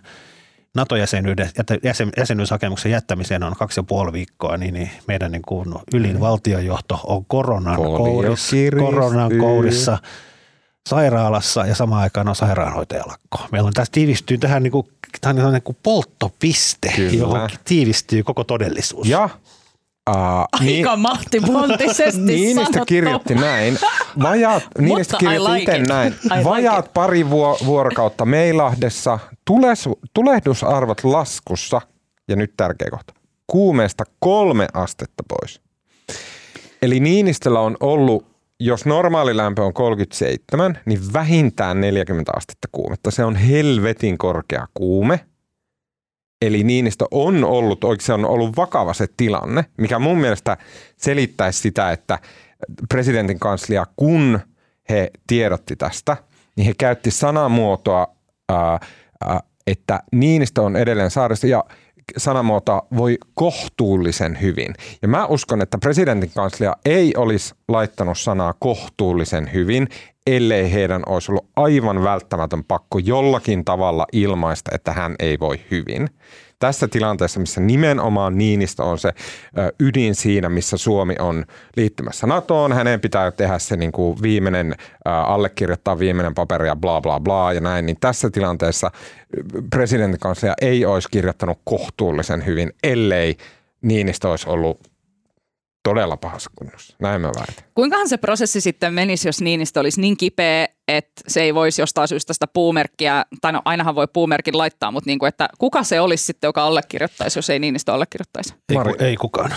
NATO-jäsenyyshakemuksen jättämiseen on 2,5 viikkoa, niin meidän niin kuin ylin valtionjohto on koronan kourissa sairaalassa ja samaan aikaan on sairaanhoitajalakko. Meillä on tässä tiivistyy tähän niin kuin polttopiste, johon tiivistyy koko todellisuus. Ja aika mahtipontisesti Niinistö kirjoitti näin. Niinistö kirjoitti itse näin. Vajaat pari vuorokautta Meilahdessa, tulehdusarvot laskussa, ja nyt tärkeä kohta, kuumeesta 3 astetta pois. Eli Niinistöllä on ollut, jos normaali lämpö on 37, niin vähintään 40 astetta kuumetta. Se on helvetin korkea kuume. Eli Niinistö on ollut, oikein on ollut vakava se tilanne, mikä mun mielestä selittäisi sitä, että presidentin kanslia, kun he tiedotti tästä, niin he käytti sanamuotoa, että Niinistö on edelleen sairaus ja sanamuotoa voi kohtuullisen hyvin. Ja mä uskon, että presidentin kanslia ei olisi laittanut sanaa kohtuullisen hyvin, ellei heidän olisi ollut aivan välttämätön pakko jollakin tavalla ilmaista, että hän ei voi hyvin. Tässä tilanteessa, missä nimenomaan Niinistö on se ydin siinä, missä Suomi on liittymässä NATOon, hänen pitää tehdä se niin kuin allekirjoittaa viimeinen paperi ja bla bla bla ja näin, niin tässä tilanteessa presidentin kanslia ei olisi kirjoittanut kohtuullisen hyvin, ellei Niinistö olisi ollut todella pahassa kunnossa. Näin mä väitän. Kuinkahan se prosessi sitten menisi, jos Niinistö olisi niin kipeä, että se ei voisi jostain syystä sitä puumerkkiä, tai no ainahan voi puumerkin laittaa, mutta niin kuin, että kuka se olisi sitten, joka allekirjoittaisi, jos ei Niinistö allekirjoittaisi? Ei kukaan.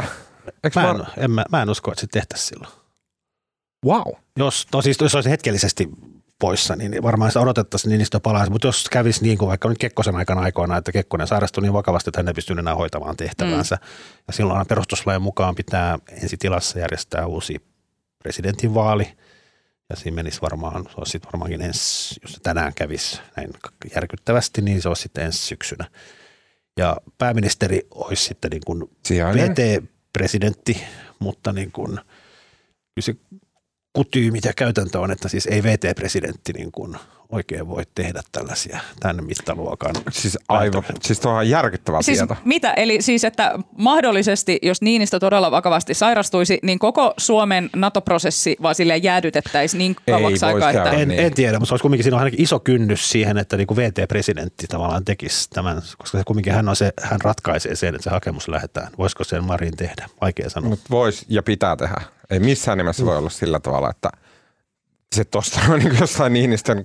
Mä en usko, että se tehtäisiin silloin. Wow. Jos olisi hetkellisesti poissa, niin varmaan se odotettaisiin Niinistö palaisi, mutta jos kävisi niin kuin vaikka nyt Kekkosen aikana aikoina, että Kekkonen sairastui niin vakavasti, että hän ei pystynyt enää hoitamaan tehtävänsä. Ja silloin perustuslain mukaan pitää ensi tilassa järjestää uusi presidentinvaali. Ja siinä menisi varmaan, se olisi sitten varmaankin jos se tänään kävisi näin järkyttävästi, niin se olisi sitten ensi syksynä. Ja pääministeri olisi sitten niin kuin VT-presidentti, mutta niin kuin kyllä se kutyymi ja käytäntö on, että siis ei VT-presidentti niin kuin oikein voi tehdä tällaisia tämän mittaluokan. Siis tuo on järkyttävä tieto. Mitä? Eli siis, että mahdollisesti, jos Niinistö todella vakavasti sairastuisi, niin koko Suomen NATO-prosessi vaan silleen jäädytettäisiin niin kauaksi aikaa. Että... En tiedä, mutta se olisi kumminkin siinä on ainakin iso kynnys siihen, että niin kuin VT-presidentti tavallaan tekisi tämän, koska se kumminkin hän ratkaisee sen, että se hakemus lähdetään. Voisiko sen Marin tehdä? Vaikea sanoa. Mutta voisi ja pitää tehdä. Ei missään nimessä voi olla sillä tavalla, että se tuosta on niin jossain Niinistön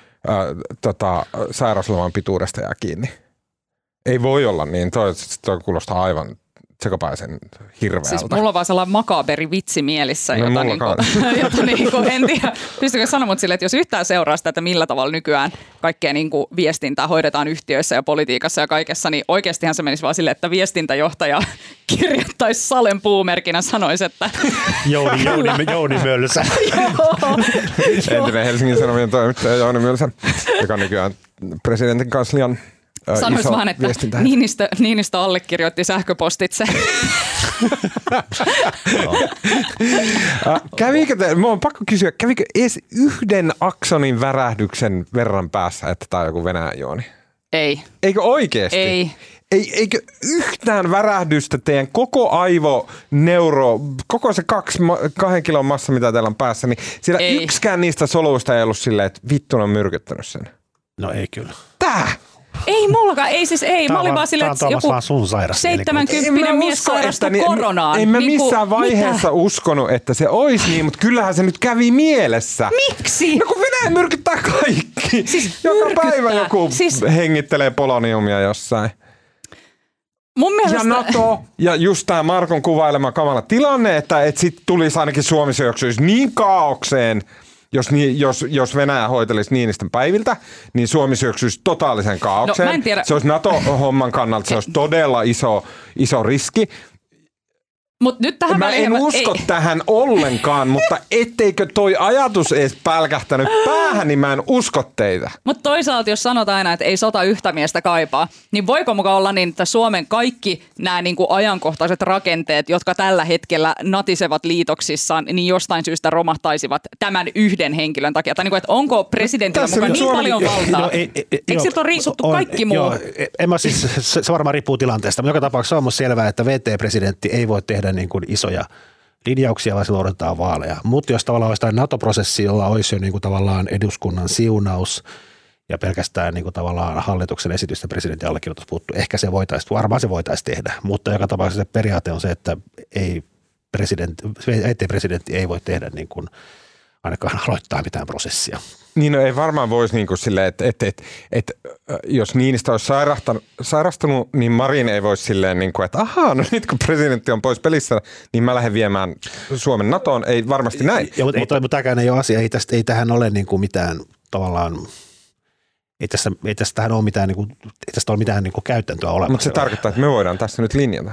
sairausloman pituudesta jää kiinni. Ei voi olla niin. Toi kuulostaa aivan sekapäisen hirveältä. Siis mulla on vaan sellainen makaberi vitsi mielissä, jota en tiedä, pystykö sanoa, mutta sille, että jos yhtään seuraa sitä, että millä tavalla nykyään kaikkea niin kuin viestintää hoidetaan yhtiöissä ja politiikassa ja kaikessa, niin oikeastihan se menisi vaan silleen, että viestintäjohtaja kirjoittaisi Salen puumerkinä, sanoisi, että Jouni Mölsä. Entinen Helsingin Sanomien toimittaja Jouni Mölsä, joka nykyään presidentin kanslian sanoisi vaan, että Niinistö allekirjoitti sähköpostitse. Mä oon pakko kysyä, kävikö edes yhden aksonin värähdyksen verran päässä, että tää on joku Venäjän juoni? Ei. Eikö oikeesti? Ei. Eikö yhtään värähdystä teidän koko koko se 2 kilon massa, mitä teillä on päässä, niin siellä yksikään niistä soluista ei ollut silleen, että vittu on myrkyttänyt sen? No ei kyllä. Tää? Ei mullakaan, ei. Mä olin vaan silleen, että joku 70 mies sairastui koronaan. En mä missään vaiheessa uskonut, että se olisi niin, mutta kyllähän se nyt kävi mielessä. Miksi? No kun Venäjä myrkyttää kaikki. Siis joka päivä joku hengittelee poloniumia jossain. Mun mielestä... Ja NATO, ja just tämä Markon kuvailema kamala tilanne, että sit tulisi ainakin Suomi syöksyisi niin kaaukseen, jos Venäjä hoitelisi Niinistön päiviltä, niin Suomi syöksyisi totaalisen kaaukseen. No, mä en tiedä. Se olisi NATO-homman kannalta, se olisi todella iso riski. Mut nyt tähän mä en usko tähän ollenkaan, mutta etteikö toi ajatus edes pälkähtänyt päähän, niin mä en usko teitä. Mutta toisaalta, jos sanotaan aina, että ei sota yhtä miestä kaipaa, niin voiko mukaan olla niin, että Suomen kaikki nämä niinku ajankohtaiset rakenteet, jotka tällä hetkellä natisevat liitoksissaan, niin jostain syystä romahtaisivat tämän yhden henkilön takia? Tai niinku, että onko presidentillä mukaan niin paljon valtaa? Eikö siltä ole riisuttu kaikki muu? Joo, se varmaan riippuu tilanteesta, mutta joka tapauksessa on myös selvää, että VT-presidentti ei voi tehdä niin kuin isoja linjauksia, vaan silloin odotetaan vaaleja. Mutta jos tavallaan olisi tämä NATO-prosessi, jolla olisi jo niin kuin tavallaan eduskunnan siunaus ja pelkästään niin kuin tavallaan hallituksen esitystä presidentin allekirjoitus puuttuu, ehkä se voitaisiin, varmaan se voitaisiin tehdä. Mutta joka tapauksessa se periaate on se, että presidentti ei voi tehdä niin kuin ainakaan aloittaa mitään prosessia. Niin no ei varmaan voisi niin kuin silleen, että jos Niinistö olisi sairastunut, niin Marin ei voisi silleen, niin kuin, että ahaa, no nyt kun presidentti on pois pelissä, niin mä lähden viemään Suomen NATOon. Ei varmasti näin. Mutta tämäkään ei ole asia. Ei tähän ole niin kuin mitään tavallaan, ei tähän ole mitään, niin kuin, ei tästä ole mitään niin kuin käytäntöä olemassa. Mutta se tarkoittaa, että me voidaan tässä nyt linjata.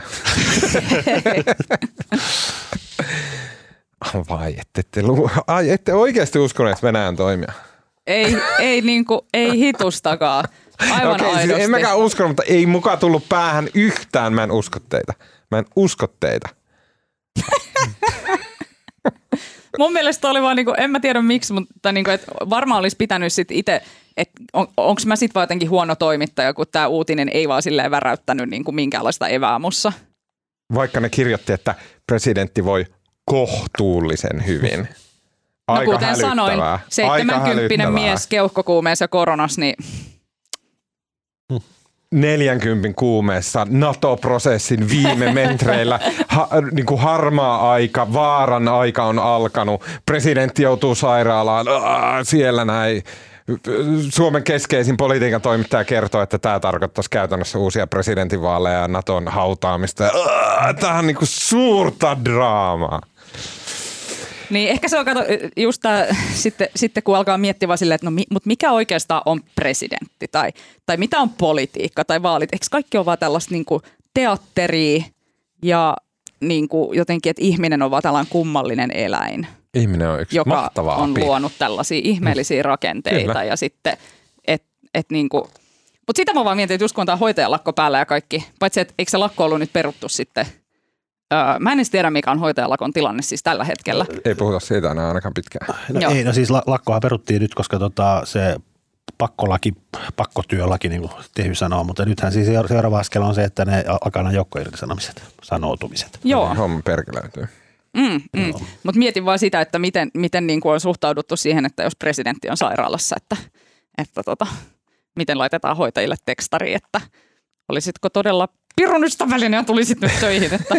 Vai, ette oikeasti uskoneet Venäjän toimia? Ei hitustakaan. Aivan Okei, aidosti. Siis en mäkään uskonut, mutta ei mukaan tullut päähän yhtään. Mä en usko teitä. Mun mielestä oli vaan, en mä tiedä miksi, mutta että varmaan olisi pitänyt sitten itse, että onko mä sitten vaan jotenkin huono toimittaja, kun tämä uutinen ei vaan silleen väräyttänyt minkäänlaista evää mussa. Vaikka ne kirjoitti, että presidentti voi kohtuullisen hyvin. Aika no kuten sanoin, 70 mies keuhkokuumeessa ja koronas, niin... 40 kuumeessa NATO-prosessin viime metreillä niin kuin harmaa aika, vaaran aika on alkanut. Presidentti joutuu sairaalaan, siellä näin. Suomen keskeisin politiikan toimittaja kertoo, että tämä tarkoittaisi käytännössä uusia presidentinvaaleja ja NATOn hautaamista. Tämä on niin kuin suurta draamaa. Niin ehkä se on, just tämä, sitten kun alkaa miettiä vaan silleen, että no mutta mikä oikeastaan on presidentti tai mitä on politiikka tai vaalit. Eikö kaikki ole vaan tällaista niin kuin teatteria ja niin kuin jotenkin, että ihminen on vaan tällainen kummallinen eläin. Ihminen on yksi mahtava joka on api. luonut tällaisia ihmeellisiä rakenteita. Kyllä. Ja sitten, niin kuin, mutta sitä mä vaan mietin, että just kun on tämä hoitajalakko päällä ja kaikki, paitsi että eikö se lakko ollut nyt peruttu sitten. Mä en edes tiedä, mikä on hoitajalakon tilanne siis tällä hetkellä. Ei puhuta siitä enää ainakaan pitkään. No siis lakkohan peruttiin nyt, koska se pakkotyölaki, niin kuin Tehy sanoo, mutta nythän siis seuraava askel on se, että ne alkaa joukkoirtisanomiset, sanoutumiset. Joo. Homma perkeläytyy. Mutta mietin vaan sitä, että miten niin kuin on suhtauduttu siihen, että jos presidentti on sairaalassa, että miten laitetaan hoitajille tekstari, että olisitko todella pirun ystävällinen ja tulisit nyt töihin, että...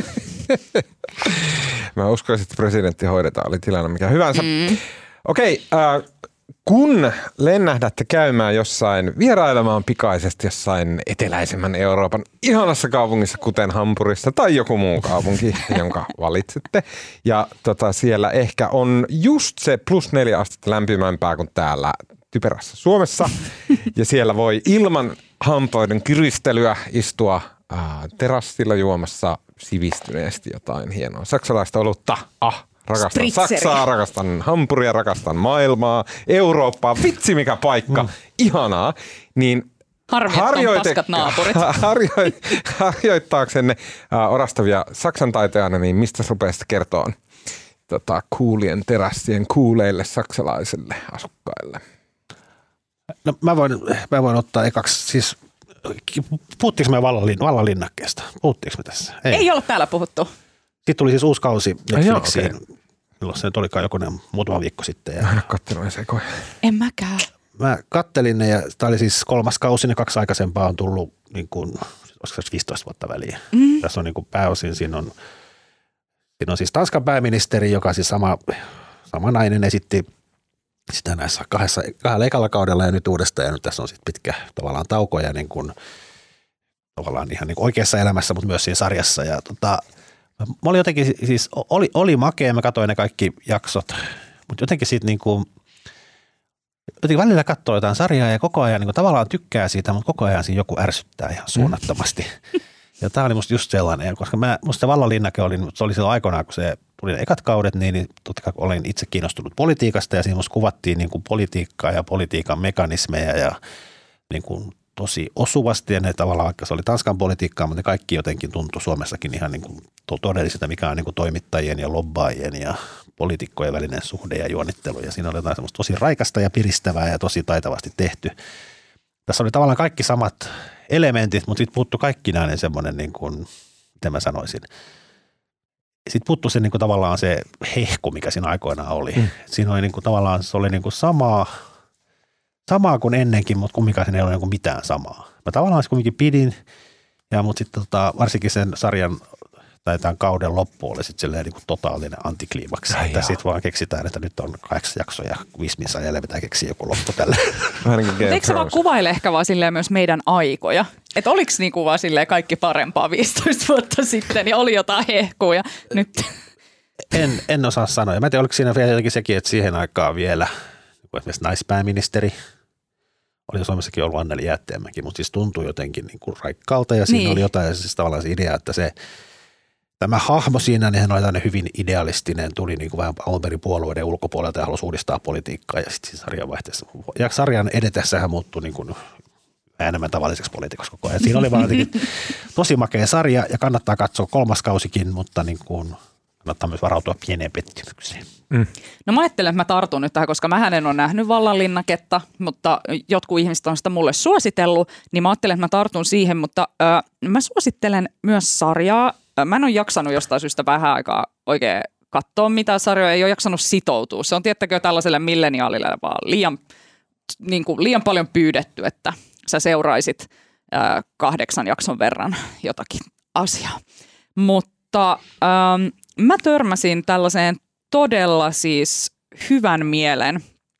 Mä uskoisin, että presidentti hoidetaan, oli tilanne mikä hyvänsä. Okei, kun lennähdätte käymään vierailemaan pikaisesti jossain eteläisemmän Euroopan ihanassa kaupungissa, kuten Hampurissa tai joku muu kaupunki, jonka valitsette. Ja siellä ehkä on just se +4 astetta lämpimämpää kuin täällä typerässä Suomessa. Ja siellä voi ilman hampaiden kiristelyä istua terassilla juomassa sivistyneesti jotain hienoa saksalaista olutta. Rakastan Spritzeri. Saksaa, rakastan Hampuria, rakastan maailmaa, Eurooppaa. Vitsi mikä paikka. Ihanaa. Niin paskat naapurit. Harjoittaaksenne orastavia saksan taitojanne, niin mistä rupeaisitte kertoa kuulien terassien kuuleille saksalaisille asukkaille? No mä voin ottaa ekaksi siis... Puhuttiinko me vallanlinnakkeesta? Puhuttiinko me tässä? Ei ole täällä puhuttu. Sitten tuli siis uusi kausi Netflixiin. Milloin se nyt olikaan jokunen muutama viikko sitten. Mä en ole katsellut se koe. En mäkään. Mä kattelin ne ja tämä oli siis 3. kausi. Ne 2 aikaisempaa on tullut niin kuin, olisiko se 15 vuotta väliin. Tässä on niin kuin pääosin, siinä on siis Tanskan pääministeri, joka siis sama nainen esitti sitä näissä kahdella ekalla kaudella ja nyt uudestaan. Ja nyt tässä on sitten pitkä tavallaan tauko ja niin kuin tavallaan ihan niin kuin oikeassa elämässä, mutta myös siinä sarjassa. Ja mä olin jotenkin, siis oli makea, mä katsoin ne kaikki jaksot, mutta jotenkin siitä niin kuin, jotenkin välillä katsoo jotain sarjaa ja koko ajan niin kuin tavallaan tykkää siitä, mutta koko ajan siinä joku ärsyttää ihan suunnattomasti. Ja tämä oli musta just sellainen, koska musta se Vallanlinnake oli, se oli silloin aikoinaan, kun se tuli ne ekat kaudet, niin totta kai olin itse kiinnostunut politiikasta ja siinä musta kuvattiin niin kuin politiikkaa ja politiikan mekanismeja ja niin kuin tosi osuvasti ja ne tavallaan, vaikka se oli Tanskan politiikkaa, mutta ne kaikki jotenkin tuntui Suomessakin ihan niin kuin todelliselta, mikä on niin kuin toimittajien ja lobbaajien ja poliitikkojen välinen suhde ja juonittelu ja siinä oli jotain semmoista tosi raikasta ja piristävää ja tosi taitavasti tehty. Tässä oli tavallaan kaikki samat elementit, mutta sitten puuttui kaikkinainen semmoinen, niin kuin, miten mä sanoisin, sitten puuttui se niin kuin tavallaan se hehku, mikä siinä aikoinaan oli. Siinä oli niin kuin, tavallaan, se oli niin kuin samaa kuin ennenkin, mutta kumminkaan siinä ei ole niin kuin mitään samaa. Mä tavallaan kumminkin pidin, mutta sitten varsinkin sen sarjan tai tämän kauden loppu oli sitten silleen niin kuin totaalinen antikliimaksi. Että sitten vaan keksitään, että nyt on 8 jaksoa ja 5 missä jäljellä pitää keksiä joku loppu tälle. Eikö se vaan kuvaile ehkä vaan silleen myös meidän aikoja? Että oliko niinku vaan silleen kaikki parempaa 15 vuotta sitten ja oli jotain hehkuja nyt? En osaa sanoa. Mä en tiedä, oliko siinä vielä jotenkin sekin, että siihen aikaan vielä esimerkiksi naispääministeri oli Suomessakin ollut Anneli Jäätteenmäki, mutta siis tuntui jotenkin niin kuin raikkaalta ja siinä oli jotain siis tavallaan se idea, että tämä hahmo siinä, niin hän oli tämmöinen hyvin idealistinen, tuli niin kuin vähän alunperin puolueiden ulkopuolelta ja halusi uudistaa politiikkaa ja sitten sarjan vaihteessa. Ja sarjan edetessä hän muuttui niin kuin enemmän tavalliseksi poliitikoksi koko ajan. Siinä oli vaan jotenkin tosi makea sarja ja kannattaa katsoa 3. kausikin, mutta niin kuin kannattaa myös varautua pieneen pettymykseen. No mä ajattelen, että mä tartun nyt tähän, koska mähän en ole nähnyt Vallanlinnaketta, mutta jotkut ihmiset on sitä mulle suositellut, niin mä ajattelen, että mä tartun siihen, mutta mä suosittelen myös sarjaa. Mä en ole jaksanut jostain syystä vähän aikaa oikein katsoa mitään sarjoja, ei ole jaksanut sitoutua. Se on tiettäkö tällaiselle milleniaalille vaan liian paljon pyydetty, että sä seuraisit 8 jakson verran jotakin asiaa. Mutta mä törmäsin tällaiseen todella siis hyvän mielen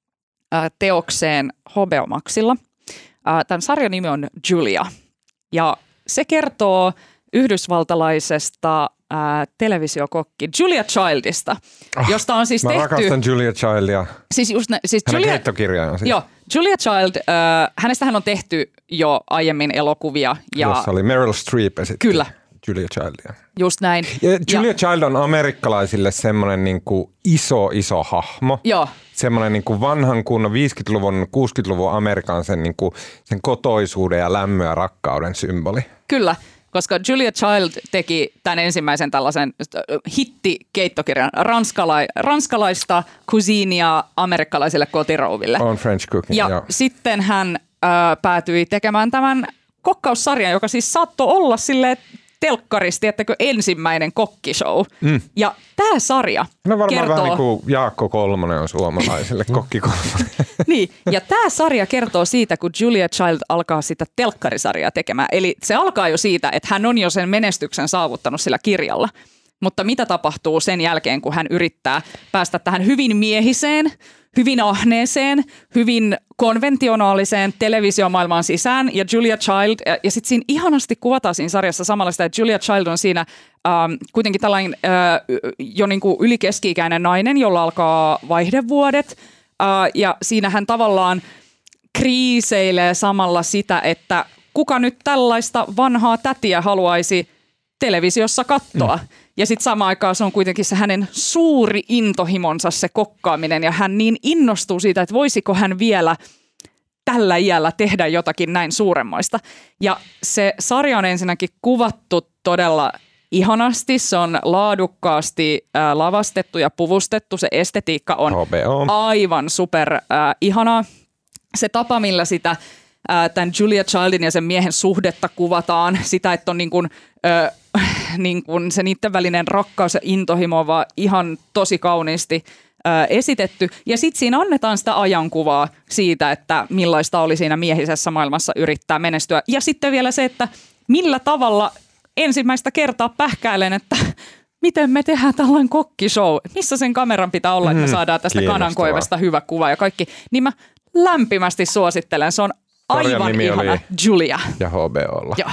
teokseen HBO Maxilla. Tämän sarjan nimi on Julia ja se kertoo yhdysvaltalaisesta televisiokokki Julia Childista, josta on siis tehty... Mä rakastan Julia Childia. Siis hänen keittokirjaan on siis. Joo, Julia Child, hänestähän on tehty jo aiemmin elokuvia. Jossa oli Meryl Streep esitti. Kyllä. Julia Childia. Just näin. Ja Julia Child on amerikkalaisille semmoinen niin kuin iso hahmo. Joo. Semmoinen niin kuin vanhan kunnon 50-luvun, 60-luvun Amerikan sen, niin kuin, sen kotoisuuden ja lämmön ja rakkauden symboli. Kyllä, koska Julia Child teki tämän ensimmäisen tällaisen hittikeittokirjan ranskalaista cuisinia amerikkalaisille kotirouville. On French cooking, ja joo. sitten hän päätyi tekemään tämän kokkaussarjan, joka siis saattoi olla silleen telkkaristi, ettäkö ensimmäinen kokkishow. Ja tämä sarja no varmaan kertoo... vähän niin kuin Jaakko Kolmonen on suomalaisille, Kokki Kolmonen. Niin, ja tämä sarja kertoo siitä, kun Julia Child alkaa sitä telkkarisarjaa tekemään. Eli se alkaa jo siitä, että hän on jo sen menestyksen saavuttanut sillä kirjalla. Mutta mitä tapahtuu sen jälkeen, kun hän yrittää päästä tähän hyvin miehiseen, hyvin ahneeseen, hyvin konventionaaliseen televisiomaailmaan sisään ja Julia Child, ja sitten siinä ihanasti kuvataan siinä sarjassa samalla sitä, että Julia Child on siinä kuitenkin tällainen jo niin kuin ylikeski-ikäinen nainen, jolla alkaa vaihdevuodet, ja siinä hän tavallaan kriiseilee samalla sitä, että kuka nyt tällaista vanhaa tätiä haluaisi televisiossa katsoa. Ja sitten samaan aikaan se on kuitenkin se hänen suuri intohimonsa se kokkaaminen ja hän niin innostuu siitä, että voisiko hän vielä tällä iällä tehdä jotakin näin suuremmoista. Ja se sarja on ensinnäkin kuvattu todella ihanasti, se on laadukkaasti lavastettu ja puvustettu, se estetiikka on aivan super ihanaa. Se tapa, millä sitä tämän Julia Childin ja sen miehen suhdetta kuvataan, sitä, että on niin kuin se niiden välinen rakkaus ja intohimo vaan ihan tosi kauniisti esitetty. Ja sitten siinä annetaan sitä ajankuvaa siitä, että millaista oli siinä miehisessä maailmassa yrittää menestyä. Ja sitten vielä se, että millä tavalla ensimmäistä kertaa pähkäilen, että miten me tehdään tällainen kokkishow. Missä sen kameran pitää olla, että me saadaan tästä kanankoivesta hyvä kuva ja kaikki. Niin mä lämpimästi suosittelen. Se on aivan ihana Julia. Ja HBOlla. Joo.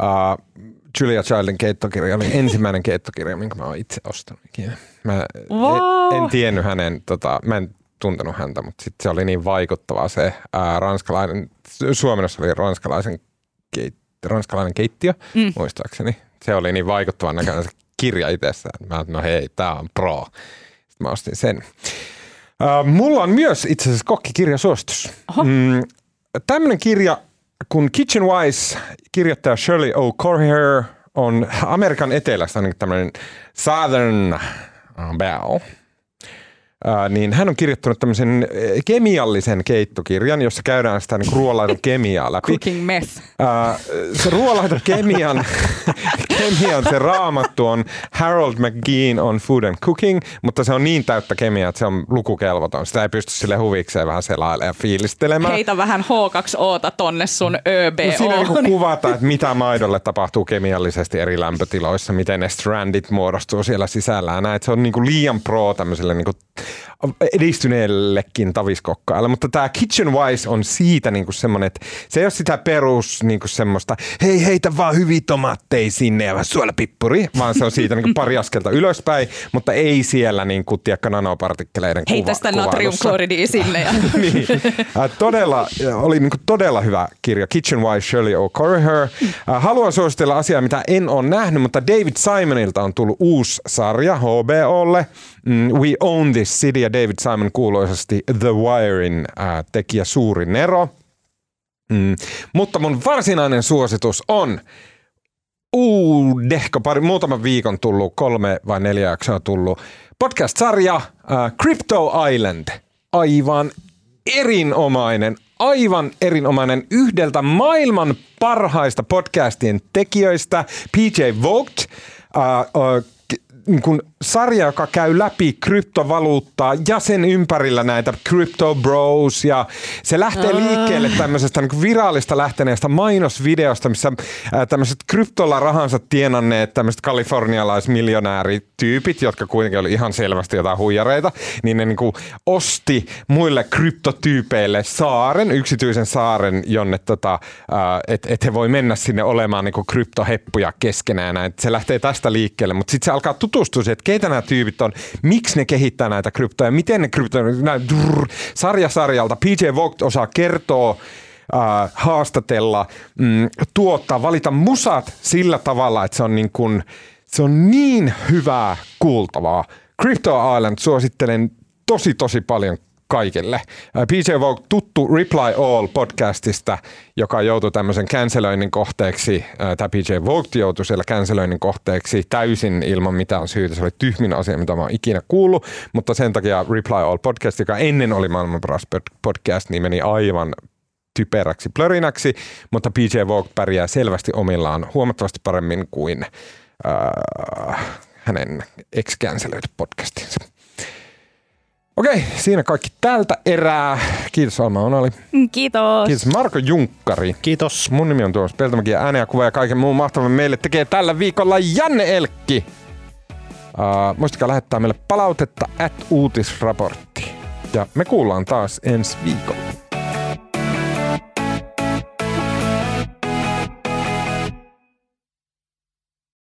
Julia Childin keittokirja oli ensimmäinen keittokirja, minkä mä oon itse ostanut ikinä. Mä en tiennyt hänen, mä en tuntenut häntä, mutta sit se oli niin vaikuttavaa se ranskalainen, suomennossa oli ranskalainen keittiö, muistaakseni. Se oli niin vaikuttavan näköinen se kirja itsessään. Mä no hei, tää on pro. Sitten mä ostin sen. Mulla on myös itse asiassa kokkikirjasuositus. Tämmönen kirja kun Kitchen Wise kirjoittaja Shirley O'Collier on Amerikan etelästä ainakin tämmöinen Southern Belle. Niin hän on kirjoittanut tämmöisen kemiallisen keittokirjan, jossa käydään sitä niin ruoanlaiton kemiaa läpi. Cooking meth. Se ruoanlaiton kemian se raamattu on Harold McGee on Food and Cooking, mutta se on niin täyttä kemiaa, että se on lukukelvoton. Sitä ei pysty sille huvikseen vähän selailemaan ja fiilistelemään. Heitä vähän H2O:ta tonne sun ÖBO:hon. No siinä niin kuvataan, että mitä maidolle tapahtuu kemiallisesti eri lämpötiloissa, miten ne strandit muodostuu siellä sisällä. Näin, se on niin kuin liian pro tämmöiselle niin kuin edistyneellekin taviskokkaille, mutta tämä Kitchen Wise on siitä niinku semmoinen, että se ei ole sitä perus niinku semmoista, hei heitä vaan hyviä tomaatteja sinne ja vähän suolapippuri, vaan se on siitä niinku pari askelta ylöspäin, mutta ei siellä niinku tiedäkö nanopartikkeleiden heitä sitä natriumkloridia sinne. Ja. Niin. Oli niinku todella hyvä kirja, Kitchen Wise, Shirley O'Collier. Haluan suositella asiaa, mitä en ole nähnyt, mutta David Simonilta on tullut uusi sarja HBOlle. We Own This City ja David Simon kuuluisasti The Wirein tekijä Suuri Nero. Mutta mun varsinainen suositus on muutaman viikon tullut, 3 vai 4 jaksoa tullut podcast-sarja Crypto Island. Aivan erinomainen yhdeltä maailman parhaista podcastien tekijöistä, PJ Vogt. Kun sarja, joka käy läpi kryptovaluuttaa ja sen ympärillä näitä crypto bros ja se lähtee liikkeelle tämmöisestä niin viraalista lähteneestä mainosvideosta, missä tämmöiset kryptolla rahansa tienanneet tämmöiset kalifornialaismiljonäärityypit, jotka kuitenkin oli ihan selvästi jotain huijareita, niin ne niin kuin osti muille kryptotyypeille yksityisen saaren, jonne et he voi mennä sinne olemaan niin kuin kryptoheppuja keskenään. Näin. Se lähtee tästä liikkeelle, mutta sitten se alkaa tutustua siihen, että keitä nämä tyypit on, miksi ne kehittää näitä kryptoja, miten ne kryptoja, sarjalta. PJ Vogt osaa kertoa, haastatella, tuottaa, valita musat sillä tavalla, että se on niin hyvää kuultavaa. Crypto Island suosittelen tosi paljon kaikille. PJ Vogt tuttu Reply All podcastista, joka joutui tämmöisen canceloinnin kohteeksi, tai PJ Vogt joutui siellä canceloinnin kohteeksi täysin ilman mitään syytä. Se oli tyhmin asia, mitä mä oon ikinä kuullut, mutta sen takia Reply All podcast, joka ennen oli maailman paras podcast, niin meni aivan typeräksi plörinäksi, mutta PJ Vogt pärjää selvästi omillaan huomattavasti paremmin kuin hänen ex-canceloitu podcastinsa. Okei, siinä kaikki tältä erää. Kiitos Alma Onali. Kiitos. Kiitos Marko Junkkari. Kiitos. Mun nimi on Tuomas Peltomäki ja ääni ja kuva ja kaiken muun mahtavan meille tekee tällä viikolla Janne Elkki. Muistakaa lähettää meille palautetta @uutisraportti. Ja me kuullaan taas ensi viikolla.